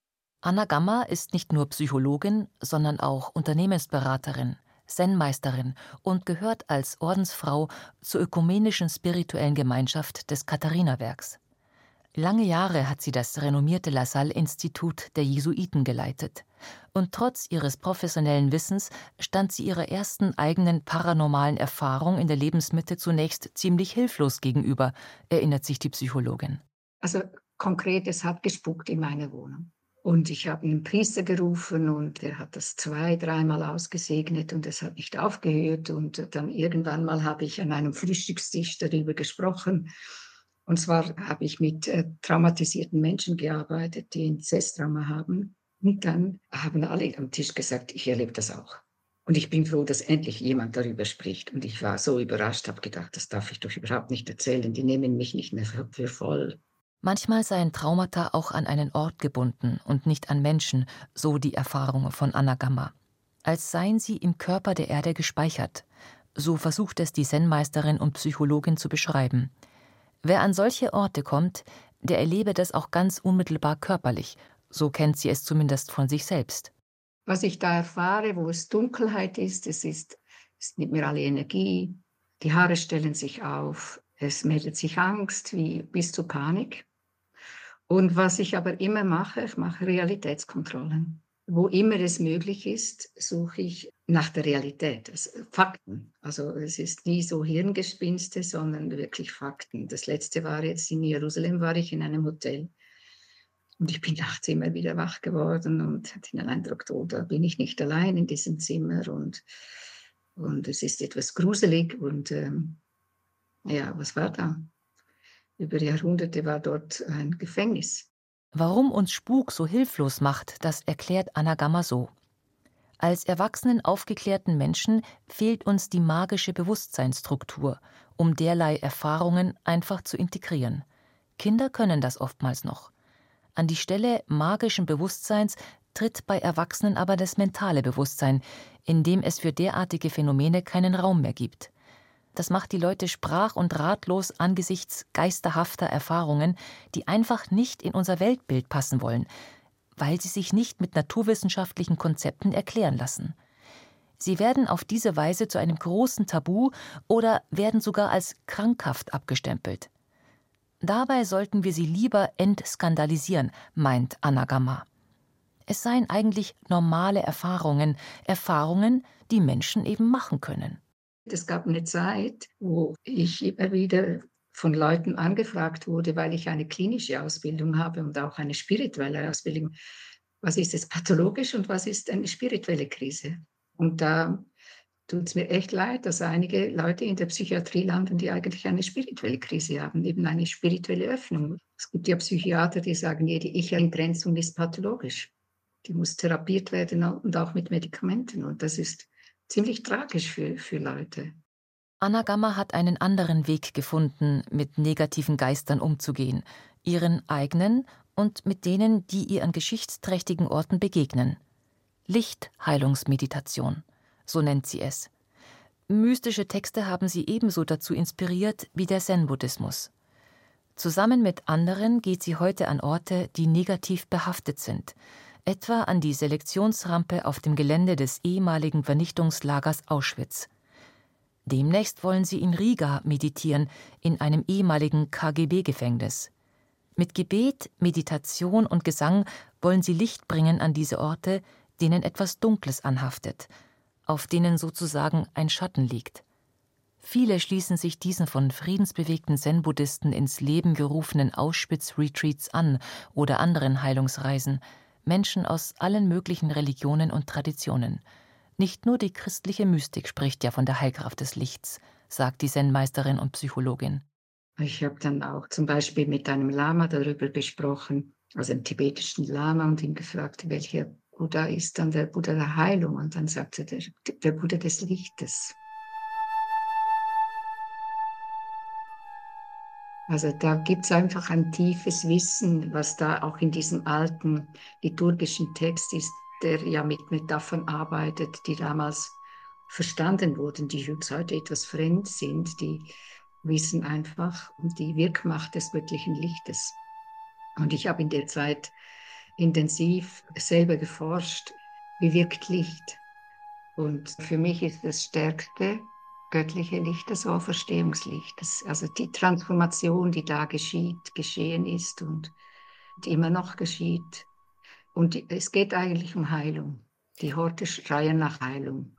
Anna Gamma ist nicht nur Psychologin, sondern auch Unternehmensberaterin, Zen-Meisterin und gehört als Ordensfrau zur ökumenischen spirituellen Gemeinschaft des Katharinawerks. Lange Jahre hat sie das renommierte Lassalle-Institut der Jesuiten geleitet. Und trotz ihres professionellen Wissens stand sie ihrer ersten eigenen paranormalen Erfahrung in der Lebensmitte zunächst ziemlich hilflos gegenüber, erinnert sich die Psychologin. Also konkret, es hat gespukt in meiner Wohnung. Und ich habe einen Priester gerufen und der hat das 2-3 Mal ausgesegnet und es hat nicht aufgehört. Und dann irgendwann mal habe ich an einem Frühstückstisch darüber gesprochen. Und zwar habe ich mit traumatisierten Menschen gearbeitet, die Inzesttrauma haben. Und dann haben alle am Tisch gesagt, ich erlebe das auch. Und ich bin froh, dass endlich jemand darüber spricht. Und ich war so überrascht, habe gedacht, das darf ich doch überhaupt nicht erzählen. Die nehmen mich nicht mehr für voll. Manchmal seien Traumata auch an einen Ort gebunden und nicht an Menschen, so die Erfahrung von Anna Gamma. Als seien sie im Körper der Erde gespeichert. So versucht es die Zen-Meisterin und Psychologin zu beschreiben. Wer an solche Orte kommt, der erlebe das auch ganz unmittelbar körperlich. So kennt sie es zumindest von sich selbst. Was ich da erfahre, wo es Dunkelheit ist, es nimmt mir alle Energie, die Haare stellen sich auf, es meldet sich Angst bis zu Panik. Und was ich aber immer mache, ich mache Realitätskontrollen. Wo immer es möglich ist, suche ich nach der Realität, also Fakten. Also es ist nie so Hirngespinste, sondern wirklich Fakten. Das letzte war jetzt in Jerusalem, war ich in einem Hotel. Und ich bin nachts immer wieder wach geworden und hatte den Eindruck, oh, da bin ich nicht allein in diesem Zimmer. Und es ist etwas gruselig. Und ja, was war da? Über Jahrhunderte war dort ein Gefängnis. Warum uns Spuk so hilflos macht, das erklärt Anna Gamma so. Als erwachsenen, aufgeklärten Menschen fehlt uns die magische Bewusstseinsstruktur, um derlei Erfahrungen einfach zu integrieren. Kinder können das oftmals noch. An die Stelle magischen Bewusstseins tritt bei Erwachsenen aber das mentale Bewusstsein, in dem es für derartige Phänomene keinen Raum mehr gibt. Das macht die Leute sprach- und ratlos angesichts geisterhafter Erfahrungen, die einfach nicht in unser Weltbild passen wollen, weil sie sich nicht mit naturwissenschaftlichen Konzepten erklären lassen. Sie werden auf diese Weise zu einem großen Tabu oder werden sogar als krankhaft abgestempelt. Dabei sollten wir sie lieber entskandalisieren, meint Anna Gamma. Es seien eigentlich normale Erfahrungen, die Menschen eben machen können. Es gab eine Zeit, wo ich immer wieder von Leuten angefragt wurde, weil ich eine klinische Ausbildung habe und auch eine spirituelle Ausbildung. Was ist es pathologisch und was ist eine spirituelle Krise? Und da tut es mir echt leid, dass einige Leute in der Psychiatrie landen, die eigentlich eine spirituelle Krise haben, eben eine spirituelle Öffnung. Es gibt ja Psychiater, die sagen, jede Ich-Entgrenzung ist pathologisch. Die muss therapiert werden und auch mit Medikamenten. Und das ist ziemlich tragisch für Leute. Anna Gamma hat einen anderen Weg gefunden, mit negativen Geistern umzugehen, ihren eigenen und mit denen, die ihr an geschichtsträchtigen Orten begegnen. Lichtheilungsmeditation, so nennt sie es. Mystische Texte haben sie ebenso dazu inspiriert wie der Zen-Buddhismus. Zusammen mit anderen geht sie heute an Orte, die negativ behaftet sind, etwa an die Selektionsrampe auf dem Gelände des ehemaligen Vernichtungslagers Auschwitz. Demnächst wollen sie in Riga meditieren, in einem ehemaligen KGB-Gefängnis. Mit Gebet, Meditation und Gesang wollen sie Licht bringen an diese Orte, denen etwas Dunkles anhaftet, auf denen sozusagen ein Schatten liegt. Viele schließen sich diesen von friedensbewegten Zen-Buddhisten ins Leben gerufenen Auschwitz-Retreats an oder anderen Heilungsreisen, Menschen aus allen möglichen Religionen und Traditionen. Nicht nur die christliche Mystik spricht ja von der Heilkraft des Lichts, sagt die Zen-Meisterin und Psychologin. Ich habe dann auch zum Beispiel mit einem Lama darüber gesprochen, also einem tibetischen Lama, und ihn gefragt, welcher Buddha ist dann der Buddha der Heilung? Und dann sagte er, der Buddha des Lichtes. Also da gibt es einfach ein tiefes Wissen, was da auch in diesem alten liturgischen Text ist, der ja mit Metaphern arbeitet, die damals verstanden wurden, die uns heute etwas fremd sind, die wissen einfach um die Wirkmacht des göttlichen Lichtes. Und ich habe in der Zeit intensiv selber geforscht, wie wirkt Licht. Und für mich ist das stärkste göttliche Licht das Auferstehungslicht. Also die Transformation, die da geschehen ist und die immer noch geschieht. Und es geht eigentlich um Heilung. Die Horte schreien nach Heilung.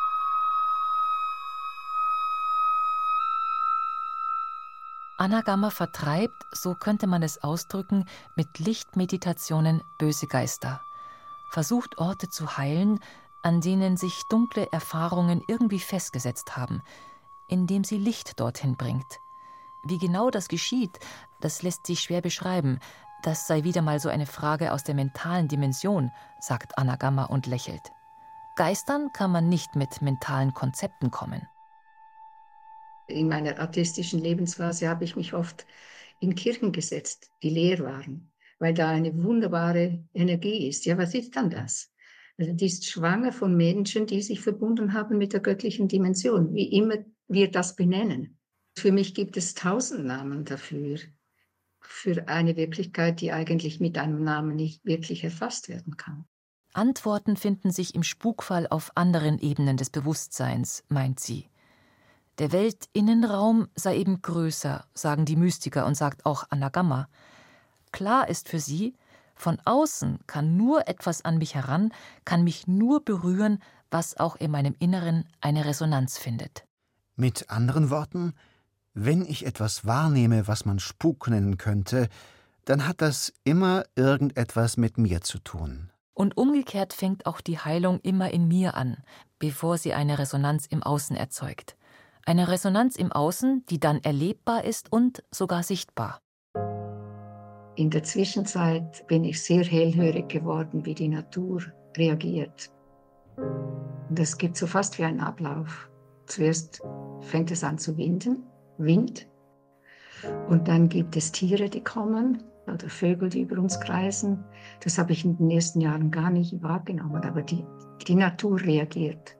Anagama vertreibt, so könnte man es ausdrücken, mit Lichtmeditationen böse Geister. Versucht Orte zu heilen, an denen sich dunkle Erfahrungen irgendwie festgesetzt haben, indem sie Licht dorthin bringt. Wie genau das geschieht, das lässt sich schwer beschreiben. Das sei wieder mal so eine Frage aus der mentalen Dimension, sagt Anagama und lächelt. Geistern kann man nicht mit mentalen Konzepten kommen. In meiner atheistischen Lebensphase habe ich mich oft in Kirchen gesetzt, die leer waren, weil da eine wunderbare Energie ist. Ja, was ist dann das? Also die ist schwanger von Menschen, die sich verbunden haben mit der göttlichen Dimension, wie immer wir das benennen. Für mich gibt es 1000 Namen dafür, für eine Wirklichkeit, die eigentlich mit einem Namen nicht wirklich erfasst werden kann. Antworten finden sich im Spukfall auf anderen Ebenen des Bewusstseins, meint sie. Der Weltinnenraum sei eben größer, sagen die Mystiker und sagt auch Anagama. Klar ist für sie, von außen kann nur etwas an mich heran, kann mich nur berühren, was auch in meinem Inneren eine Resonanz findet. Mit anderen Worten, wenn ich etwas wahrnehme, was man Spuk nennen könnte, dann hat das immer irgendetwas mit mir zu tun. Und umgekehrt fängt auch die Heilung immer in mir an, bevor sie eine Resonanz im Außen erzeugt. Eine Resonanz im Außen, die dann erlebbar ist und sogar sichtbar. In der Zwischenzeit bin ich sehr hellhörig geworden, wie die Natur reagiert. Und es gibt so fast wie einen Ablauf. Zuerst fängt es an zu winden, Wind. Und dann gibt es Tiere, die kommen, oder Vögel, die über uns kreisen. Das habe ich in den ersten Jahren gar nicht wahrgenommen, aber die Natur reagiert.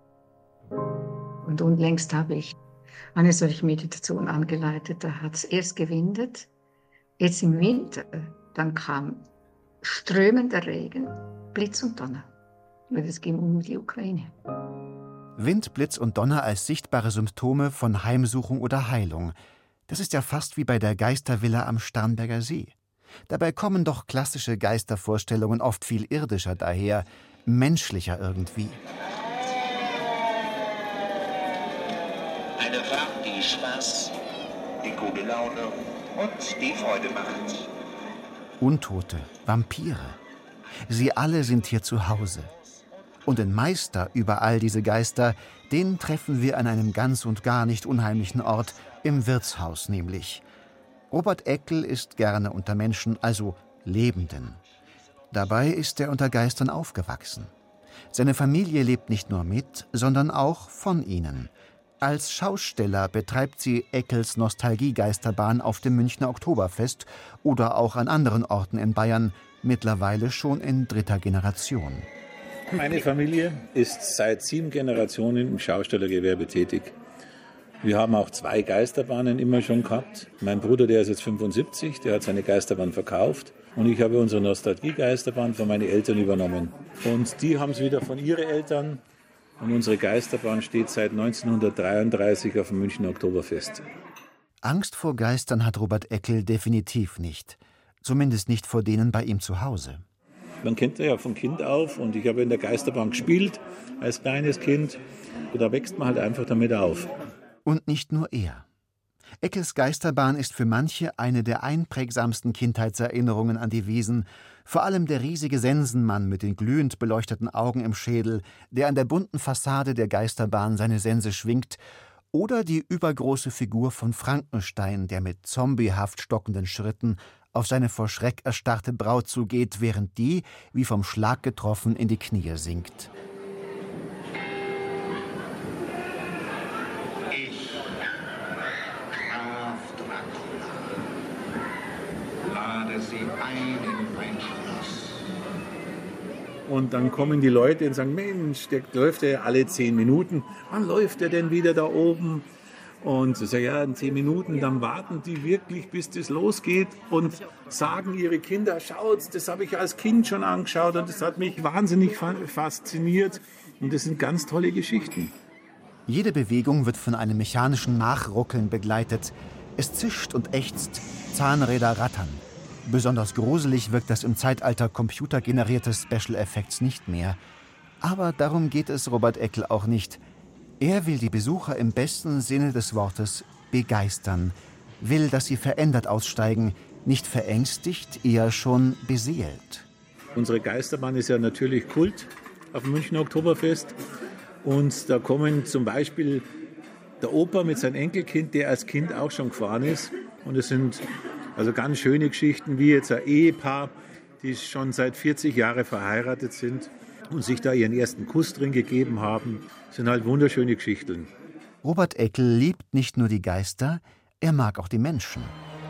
Und unlängst habe ich eine solche Meditation angeleitet. Da hat es erst gewindet, jetzt im Winter, dann kam strömender Regen, Blitz und Donner. Weil es ging um die Ukraine. Wind, Blitz und Donner als sichtbare Symptome von Heimsuchung oder Heilung. Das ist ja fast wie bei der Geistervilla am Starnberger See. Dabei kommen doch klassische Geistervorstellungen oft viel irdischer daher, menschlicher irgendwie. Eine Fahrt, die Spaß, die gute Laune und die Freude macht. Untote, Vampire. Sie alle sind hier zu Hause. Und den Meister über all diese Geister, den treffen wir an einem ganz und gar nicht unheimlichen Ort, im Wirtshaus nämlich. Robert Eckel ist gerne unter Menschen, also Lebenden. Dabei ist er unter Geistern aufgewachsen. Seine Familie lebt nicht nur mit, sondern auch von ihnen. Als Schausteller betreibt sie Eckels Nostalgie-Geisterbahn auf dem Münchner Oktoberfest oder auch an anderen Orten in Bayern, mittlerweile schon in 3. Generation. Meine Familie ist seit 7 Generationen im Schaustellergewerbe tätig. Wir haben auch 2 Geisterbahnen immer schon gehabt. Mein Bruder, der ist jetzt 75, der hat seine Geisterbahn verkauft. Und ich habe unsere Nostalgie-Geisterbahn von meinen Eltern übernommen. Und die haben es wieder von ihren Eltern. Und unsere Geisterbahn steht seit 1933 auf dem Münchner Oktoberfest. Angst vor Geistern hat Robert Eckel definitiv nicht. Zumindest nicht vor denen bei ihm zu Hause. Man kennt ja von Kind auf und ich habe in der Geisterbahn gespielt als kleines Kind. Und da wächst man halt einfach damit auf. Und nicht nur er. Eckels Geisterbahn ist für manche eine der einprägsamsten Kindheitserinnerungen an die Wiesn. Vor allem der riesige Sensenmann mit den glühend beleuchteten Augen im Schädel, der an der bunten Fassade der Geisterbahn seine Sense schwingt. Oder die übergroße Figur von Frankenstein, der mit zombiehaft stockenden Schritten auf seine vor Schreck erstarrte Braut zugeht, während die, wie vom Schlag getroffen, in die Knie sinkt. Ich, Kraft Dracula, lade sie ein in mein Schloss. Und dann kommen die Leute und sagen, Mensch, der läuft ja alle 10 Minuten. Wann läuft der denn wieder da oben? Und so sage ich, ja, in 10 Minuten, dann warten die wirklich, bis das losgeht und sagen ihre Kinder, schaut, das habe ich als Kind schon angeschaut und das hat mich wahnsinnig fasziniert. Und das sind ganz tolle Geschichten. Jede Bewegung wird von einem mechanischen Nachruckeln begleitet. Es zischt und ächzt, Zahnräder rattern. Besonders gruselig wirkt das im Zeitalter computergenerierte Special Effects nicht mehr. Aber darum geht es Robert Eckel auch nicht. Er will die Besucher im besten Sinne des Wortes begeistern, will, dass sie verändert aussteigen, nicht verängstigt, eher schon beseelt. Unsere Geisterbahn ist ja natürlich Kult auf dem Münchner Oktoberfest. Und da kommen zum Beispiel der Opa mit seinem Enkelkind, der als Kind auch schon gefahren ist. Und es sind also ganz schöne Geschichten, wie jetzt ein Ehepaar, die schon seit 40 Jahren verheiratet sind und sich da ihren ersten Kuss drin gegeben haben. Das sind halt wunderschöne Geschichten. Robert Eckel liebt nicht nur die Geister, er mag auch die Menschen.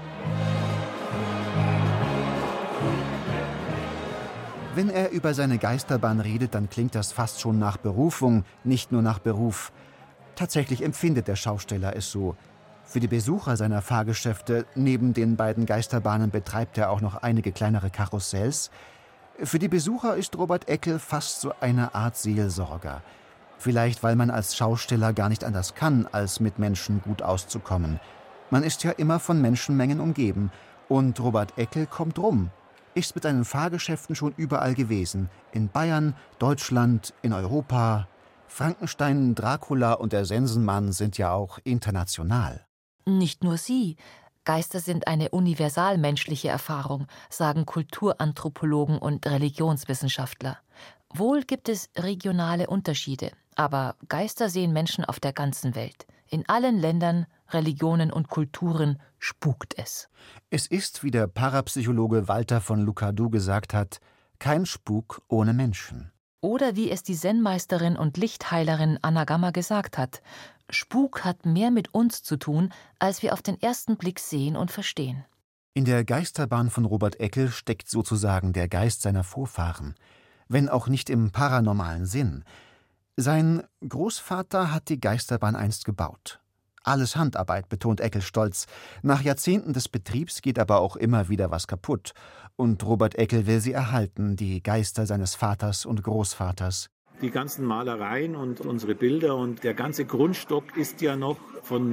Wenn er über seine Geisterbahn redet, dann klingt das fast schon nach Berufung, nicht nur nach Beruf. Tatsächlich empfindet der Schausteller es so. Für die Besucher seiner Fahrgeschäfte, neben den beiden Geisterbahnen betreibt er auch noch einige kleinere Karussells. Für die Besucher ist Robert Eckel fast so eine Art Seelsorger. Vielleicht, weil man als Schausteller gar nicht anders kann, als mit Menschen gut auszukommen. Man ist ja immer von Menschenmengen umgeben. Und Robert Eckel kommt rum. Ist mit seinen Fahrgeschäften schon überall gewesen. In Bayern, Deutschland, in Europa. Frankenstein, Dracula und der Sensenmann sind ja auch international. Nicht nur sie. Geister sind eine universalmenschliche Erfahrung, sagen Kulturanthropologen und Religionswissenschaftler. Wohl gibt es regionale Unterschiede, aber Geister sehen Menschen auf der ganzen Welt. In allen Ländern, Religionen und Kulturen spukt es. Es ist, wie der Parapsychologe Walter von Lucadou gesagt hat, kein Spuk ohne Menschen. Oder wie es die Zen-Meisterin und Lichtheilerin Anna Gamma gesagt hat, Spuk hat mehr mit uns zu tun, als wir auf den ersten Blick sehen und verstehen. In der Geisterbahn von Robert Eckel steckt sozusagen der Geist seiner Vorfahren, wenn auch nicht im paranormalen Sinn. Sein Großvater hat die Geisterbahn einst gebaut. Alles Handarbeit, betont Eckel stolz. Nach Jahrzehnten des Betriebs geht aber auch immer wieder was kaputt. Und Robert Eckel will sie erhalten, die Geister seines Vaters und Großvaters. Die ganzen Malereien und unsere Bilder und der ganze Grundstock ist ja noch von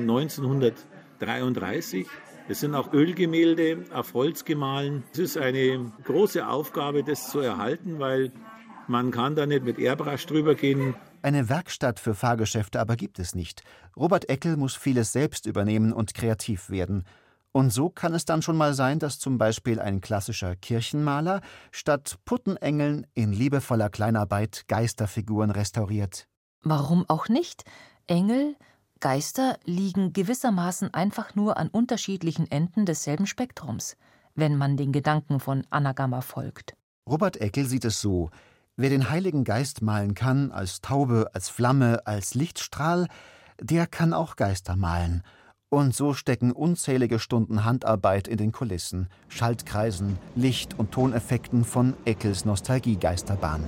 1933. Es sind auch Ölgemälde auf Holz gemahlen. Es ist eine große Aufgabe, das zu erhalten, weil man kann da nicht mit Airbrush drüber gehen. Eine Werkstatt für Fahrgeschäfte aber gibt es nicht. Robert Eckel muss vieles selbst übernehmen und kreativ werden. Und so kann es dann schon mal sein, dass zum Beispiel ein klassischer Kirchenmaler statt Puttenengeln in liebevoller Kleinarbeit Geisterfiguren restauriert. Warum auch nicht? Engel, Geister liegen gewissermaßen einfach nur an unterschiedlichen Enden desselben Spektrums, wenn man den Gedanken von Anna Gamma folgt. Robert Eckel sieht es so: Wer den Heiligen Geist malen kann, als Taube, als Flamme, als Lichtstrahl, der kann auch Geister malen. Und so stecken unzählige Stunden Handarbeit in den Kulissen, Schaltkreisen, Licht- und Toneffekten von Eckels Nostalgie-Geisterbahn.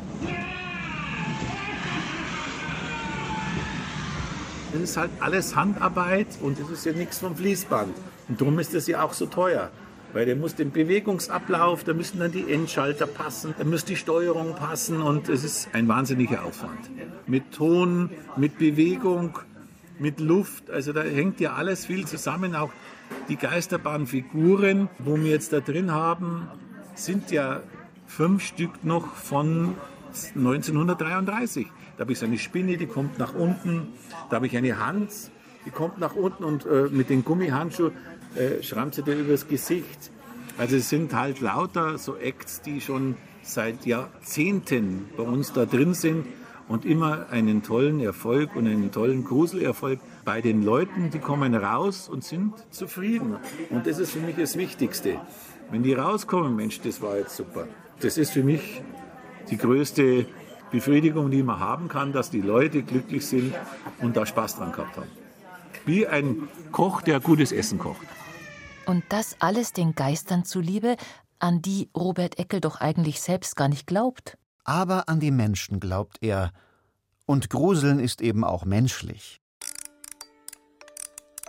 Das ist halt alles Handarbeit und es ist ja nichts vom Fließband. Und darum ist das ja auch so teuer. Weil der muss den Bewegungsablauf, da müssen dann die Endschalter passen, da muss die Steuerung passen und es ist ein wahnsinniger Aufwand. Mit Ton, mit Bewegung, mit Luft, also da hängt ja alles viel zusammen. Auch die Geisterbahnfiguren, wo wir jetzt da drin haben, sind ja 5 Stück noch von 1933. Da habe ich so eine Spinne, die kommt nach unten, da habe ich eine Hand, die kommt nach unten und mit den Gummihandschuhen schrammt sie dir übers Gesicht. Also es sind halt lauter so Acts, die schon seit Jahrzehnten bei uns da drin sind und immer einen tollen Erfolg und einen tollen Gruselerfolg bei den Leuten, die kommen raus und sind zufrieden. Und das ist für mich das Wichtigste. Wenn die rauskommen, Mensch, das war jetzt super. Das ist für mich die größte Befriedigung, die man haben kann, dass die Leute glücklich sind und da Spaß dran gehabt haben. Wie ein Koch, der gutes Essen kocht. Und das alles den Geistern zuliebe, an die Robert Eckel doch eigentlich selbst gar nicht glaubt. Aber an die Menschen glaubt er. Und Gruseln ist eben auch menschlich.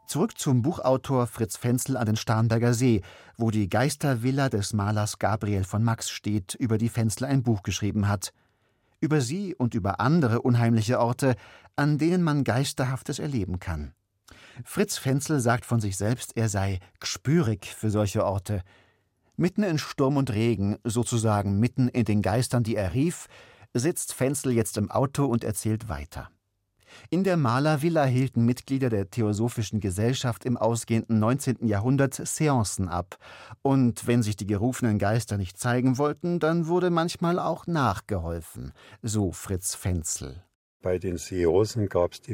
Zurück zum Buchautor Fritz Fenzel an den Starnberger See, wo die Geistervilla des Malers Gabriel von Max steht, über die Fenzel ein Buch geschrieben hat. Über sie und über andere unheimliche Orte, an denen man Geisterhaftes erleben kann. Fritz Fenzel sagt von sich selbst, er sei gspürig für solche Orte. Mitten in Sturm und Regen, sozusagen mitten in den Geistern, die er rief, sitzt Fenzel jetzt im Auto und erzählt weiter. In der Malervilla hielten Mitglieder der Theosophischen Gesellschaft im ausgehenden 19. Jahrhundert Seancen ab. Und wenn sich die gerufenen Geister nicht zeigen wollten, dann wurde manchmal auch nachgeholfen, so Fritz Fenzel. Bei den Seancen gab es die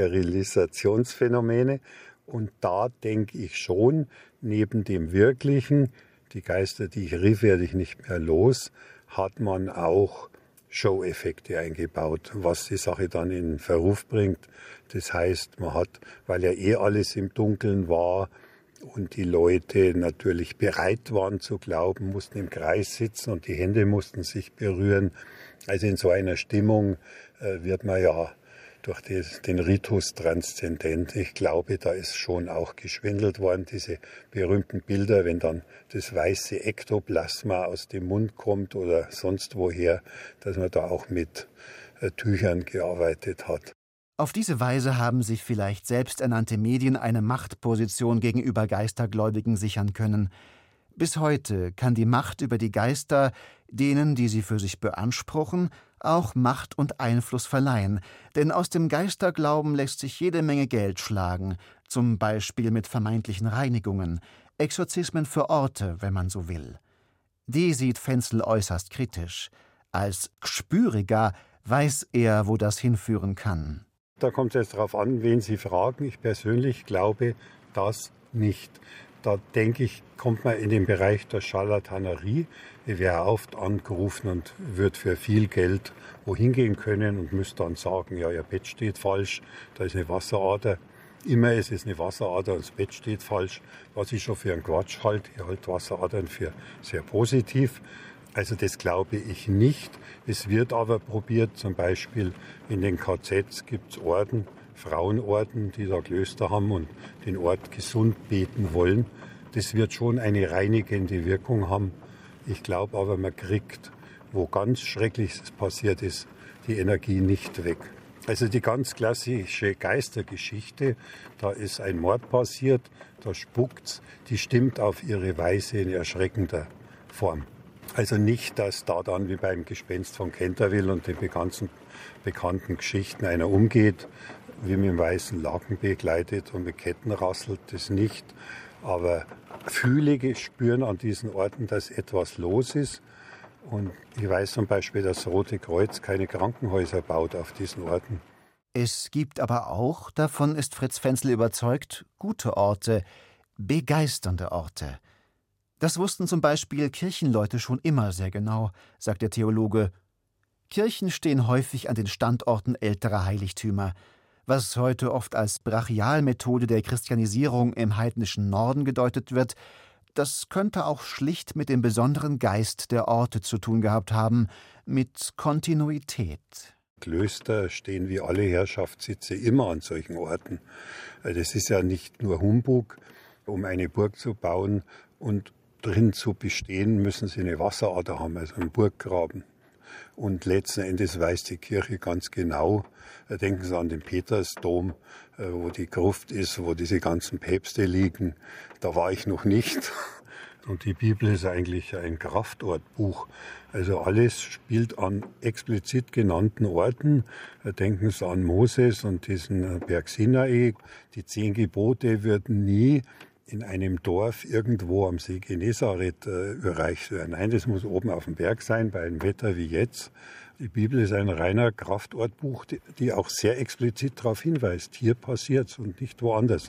Materialisationsphänomene und da denke ich schon, neben dem Wirklichen, die Geister, die ich rief, werde ich nicht mehr los, hat man auch Show-Effekte eingebaut, was die Sache dann in Verruf bringt. Das heißt, man hat, weil ja alles im Dunkeln war und die Leute natürlich bereit waren zu glauben, mussten im Kreis sitzen und die Hände mussten sich berühren. Also in so einer Stimmung wird man ja durch den Ritus transzendent. Ich glaube, da ist schon auch geschwindelt worden, diese berühmten Bilder, wenn dann das weiße Ektoplasma aus dem Mund kommt oder sonst woher, dass man da auch mit Tüchern gearbeitet hat. Auf diese Weise haben sich vielleicht selbsternannte Medien eine Machtposition gegenüber Geistergläubigen sichern können. Bis heute kann die Macht über die Geister denen, die sie für sich beanspruchen, auch Macht und Einfluss verleihen. Denn aus dem Geisterglauben lässt sich jede Menge Geld schlagen, zum Beispiel mit vermeintlichen Reinigungen, Exorzismen für Orte, wenn man so will. Die sieht Fenzel äußerst kritisch. Als Gspüriger weiß er, wo das hinführen kann. Da kommt es jetzt darauf an, wen Sie fragen. Ich persönlich glaube das nicht. Da denke ich, kommt man in den Bereich der Scharlatanerie. Ich wäre oft angerufen und würde für viel Geld wohin gehen können und müsste dann sagen, ja, Ihr Bett steht falsch, da ist eine Wasserader. Immer ist es eine Wasserader und das Bett steht falsch, was ich schon für einen Quatsch halte. Ich halte Wasseradern für sehr positiv. Also das glaube ich nicht. Es wird aber probiert, zum Beispiel in den KZs gibt es Orden, Frauenorden, die da Klöster haben und den Ort gesund beten wollen. Das wird schon eine reinigende Wirkung haben. Ich glaube aber, man kriegt, wo ganz Schreckliches passiert ist, die Energie nicht weg. Also die ganz klassische Geistergeschichte, da ist ein Mord passiert, da spuckt's, die stimmt auf ihre Weise in erschreckender Form. Also nicht, dass da dann wie beim Gespenst von Canterville und den ganzen bekannten Geschichten einer umgeht, wie mit dem weißen Laken begleitet und mit Ketten rasselt, das nicht. Aber Fühlige spüren an diesen Orten, dass etwas los ist. Und ich weiß zum Beispiel, dass das Rote Kreuz keine Krankenhäuser baut auf diesen Orten. Es gibt aber auch, davon ist Fritz Fenzel überzeugt, gute Orte, begeisternde Orte. Das wussten zum Beispiel Kirchenleute schon immer sehr genau, sagt der Theologe. Kirchen stehen häufig an den Standorten älterer Heiligtümer. Was heute oft als Brachialmethode der Christianisierung im heidnischen Norden gedeutet wird, das könnte auch schlicht mit dem besonderen Geist der Orte zu tun gehabt haben, mit Kontinuität. Klöster stehen wie alle Herrschaftssitze immer an solchen Orten. Das ist ja nicht nur Humbug. Um eine Burg zu bauen und drin zu bestehen, müssen sie eine Wasserader haben, also einen Burggraben. Und letzten Endes weiß die Kirche ganz genau, denken Sie an den Petersdom, wo die Gruft ist, wo diese ganzen Päpste liegen. Da war ich noch nicht. Und die Bibel ist eigentlich ein Kraftortbuch. Also alles spielt an explizit genannten Orten. Denken Sie an Moses und diesen Berg Sinai. Die 10 Gebote würden nie in einem Dorf irgendwo am See Genezareth erreicht werden. Nein, das muss oben auf dem Berg sein, bei einem Wetter wie jetzt. Die Bibel ist ein reiner Kraftortbuch, die auch sehr explizit darauf hinweist, hier passiert's und nicht woanders.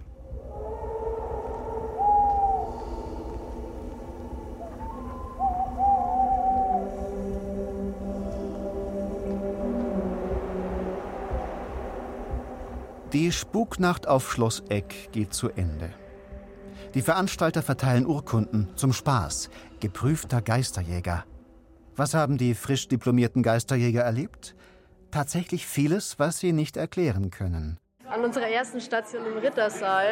Die Spuknacht auf Schloss Eck geht zu Ende. Die Veranstalter verteilen Urkunden zum Spaß. Geprüfter Geisterjäger. Was haben die frisch diplomierten Geisterjäger erlebt? Tatsächlich vieles, was sie nicht erklären können. An unserer ersten Station im Rittersaal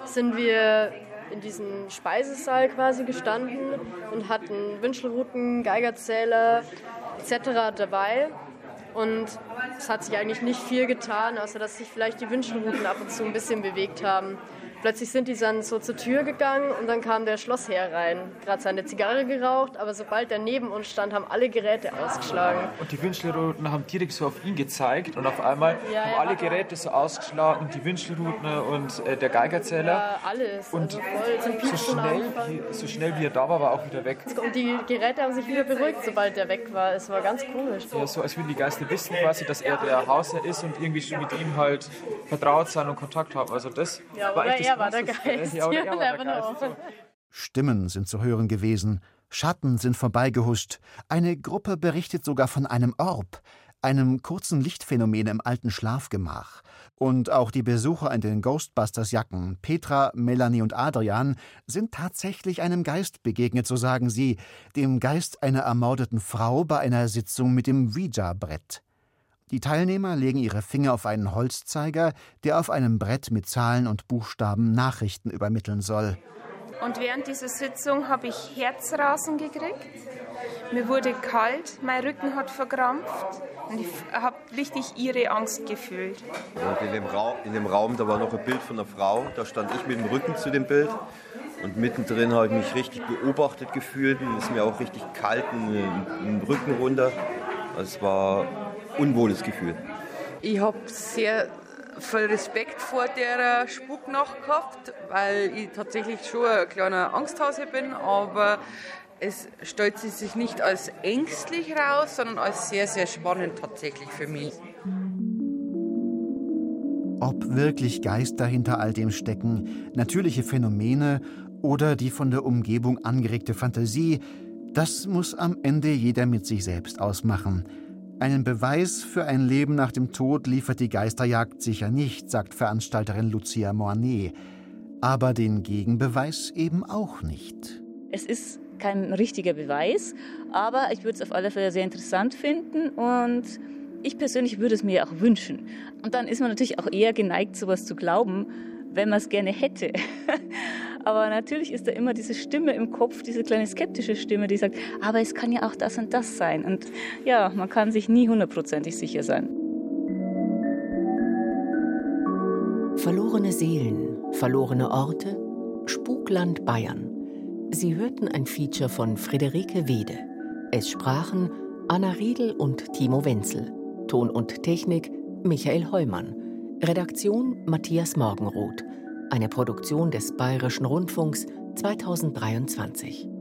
sind wir in diesem Speisesaal quasi gestanden und hatten Wünschelruten, Geigerzähler etc. dabei. Und es hat sich eigentlich nicht viel getan, außer dass sich vielleicht die Wünschelruten ab und zu ein bisschen bewegt haben. Plötzlich sind die dann so zur Tür gegangen und dann kam der Schlossherr rein. Gerade seine Zigarre geraucht, aber sobald er neben uns stand, haben alle Geräte ausgeschlagen. Und die Wünschelruten haben direkt so auf ihn gezeigt und auf einmal haben alle Geräte so ausgeschlagen, die Wünschelruten und der Geigerzähler. Ja, alles. Und also so schnell wie er da war, war er auch wieder weg. Und die Geräte haben sich wieder beruhigt, sobald er weg war. Es war ganz komisch. Ja, so als würden die Geister wissen quasi, dass er der Hausherr ist und irgendwie schon mit ihm halt vertraut sein und Kontakt haben. Also das war echt das war der Geist. Ja, oder er war der Geist. Stimmen sind zu hören gewesen, Schatten sind vorbeigehuscht. Eine Gruppe berichtet sogar von einem Orb, einem kurzen Lichtphänomen im alten Schlafgemach. Und auch die Besucher in den Ghostbusters-Jacken, Petra, Melanie und Adrian, sind tatsächlich einem Geist begegnet, so sagen sie, dem Geist einer ermordeten Frau bei einer Sitzung mit dem Ouija-Brett. Die Teilnehmer legen ihre Finger auf einen Holzzeiger, der auf einem Brett mit Zahlen und Buchstaben Nachrichten übermitteln soll. Und während dieser Sitzung habe ich Herzrasen gekriegt. Mir wurde kalt, mein Rücken hat verkrampft und ich habe richtig ihre Angst gefühlt. Und in dem Raum, da war noch ein Bild von einer Frau, da stand ich mit dem Rücken zu dem Bild. Und mittendrin habe ich mich richtig beobachtet gefühlt und ist mir auch richtig kalt in den Rücken runter. Es war unwohles Gefühl. Ich habe sehr viel Respekt vor der Spuknacht gehabt, weil ich tatsächlich schon ein kleiner Angsthase bin, aber es stellt sich nicht als ängstlich raus, sondern als sehr, sehr spannend tatsächlich für mich. Ob wirklich Geister hinter all dem stecken, natürliche Phänomene oder die von der Umgebung angeregte Fantasie, das muss am Ende jeder mit sich selbst ausmachen. Einen Beweis für ein Leben nach dem Tod liefert die Geisterjagd sicher nicht, sagt Veranstalterin Lucia Mornay. Aber den Gegenbeweis eben auch nicht. Es ist kein richtiger Beweis, aber ich würde es auf alle Fälle sehr interessant finden und ich persönlich würde es mir auch wünschen. Und dann ist man natürlich auch eher geneigt, sowas zu glauben, wenn man es gerne hätte. Aber natürlich ist da immer diese Stimme im Kopf, diese kleine skeptische Stimme, die sagt, aber es kann ja auch das und das sein. Und ja, man kann sich nie 100% sicher sein. Verlorene Seelen, verlorene Orte, Spukland Bayern. Sie hörten ein Feature von Friederike Wede. Es sprachen Anna Riedel und Timo Wenzel. Ton und Technik Michael Heumann. Redaktion Matthias Morgenroth. Eine Produktion des Bayerischen Rundfunks 2023.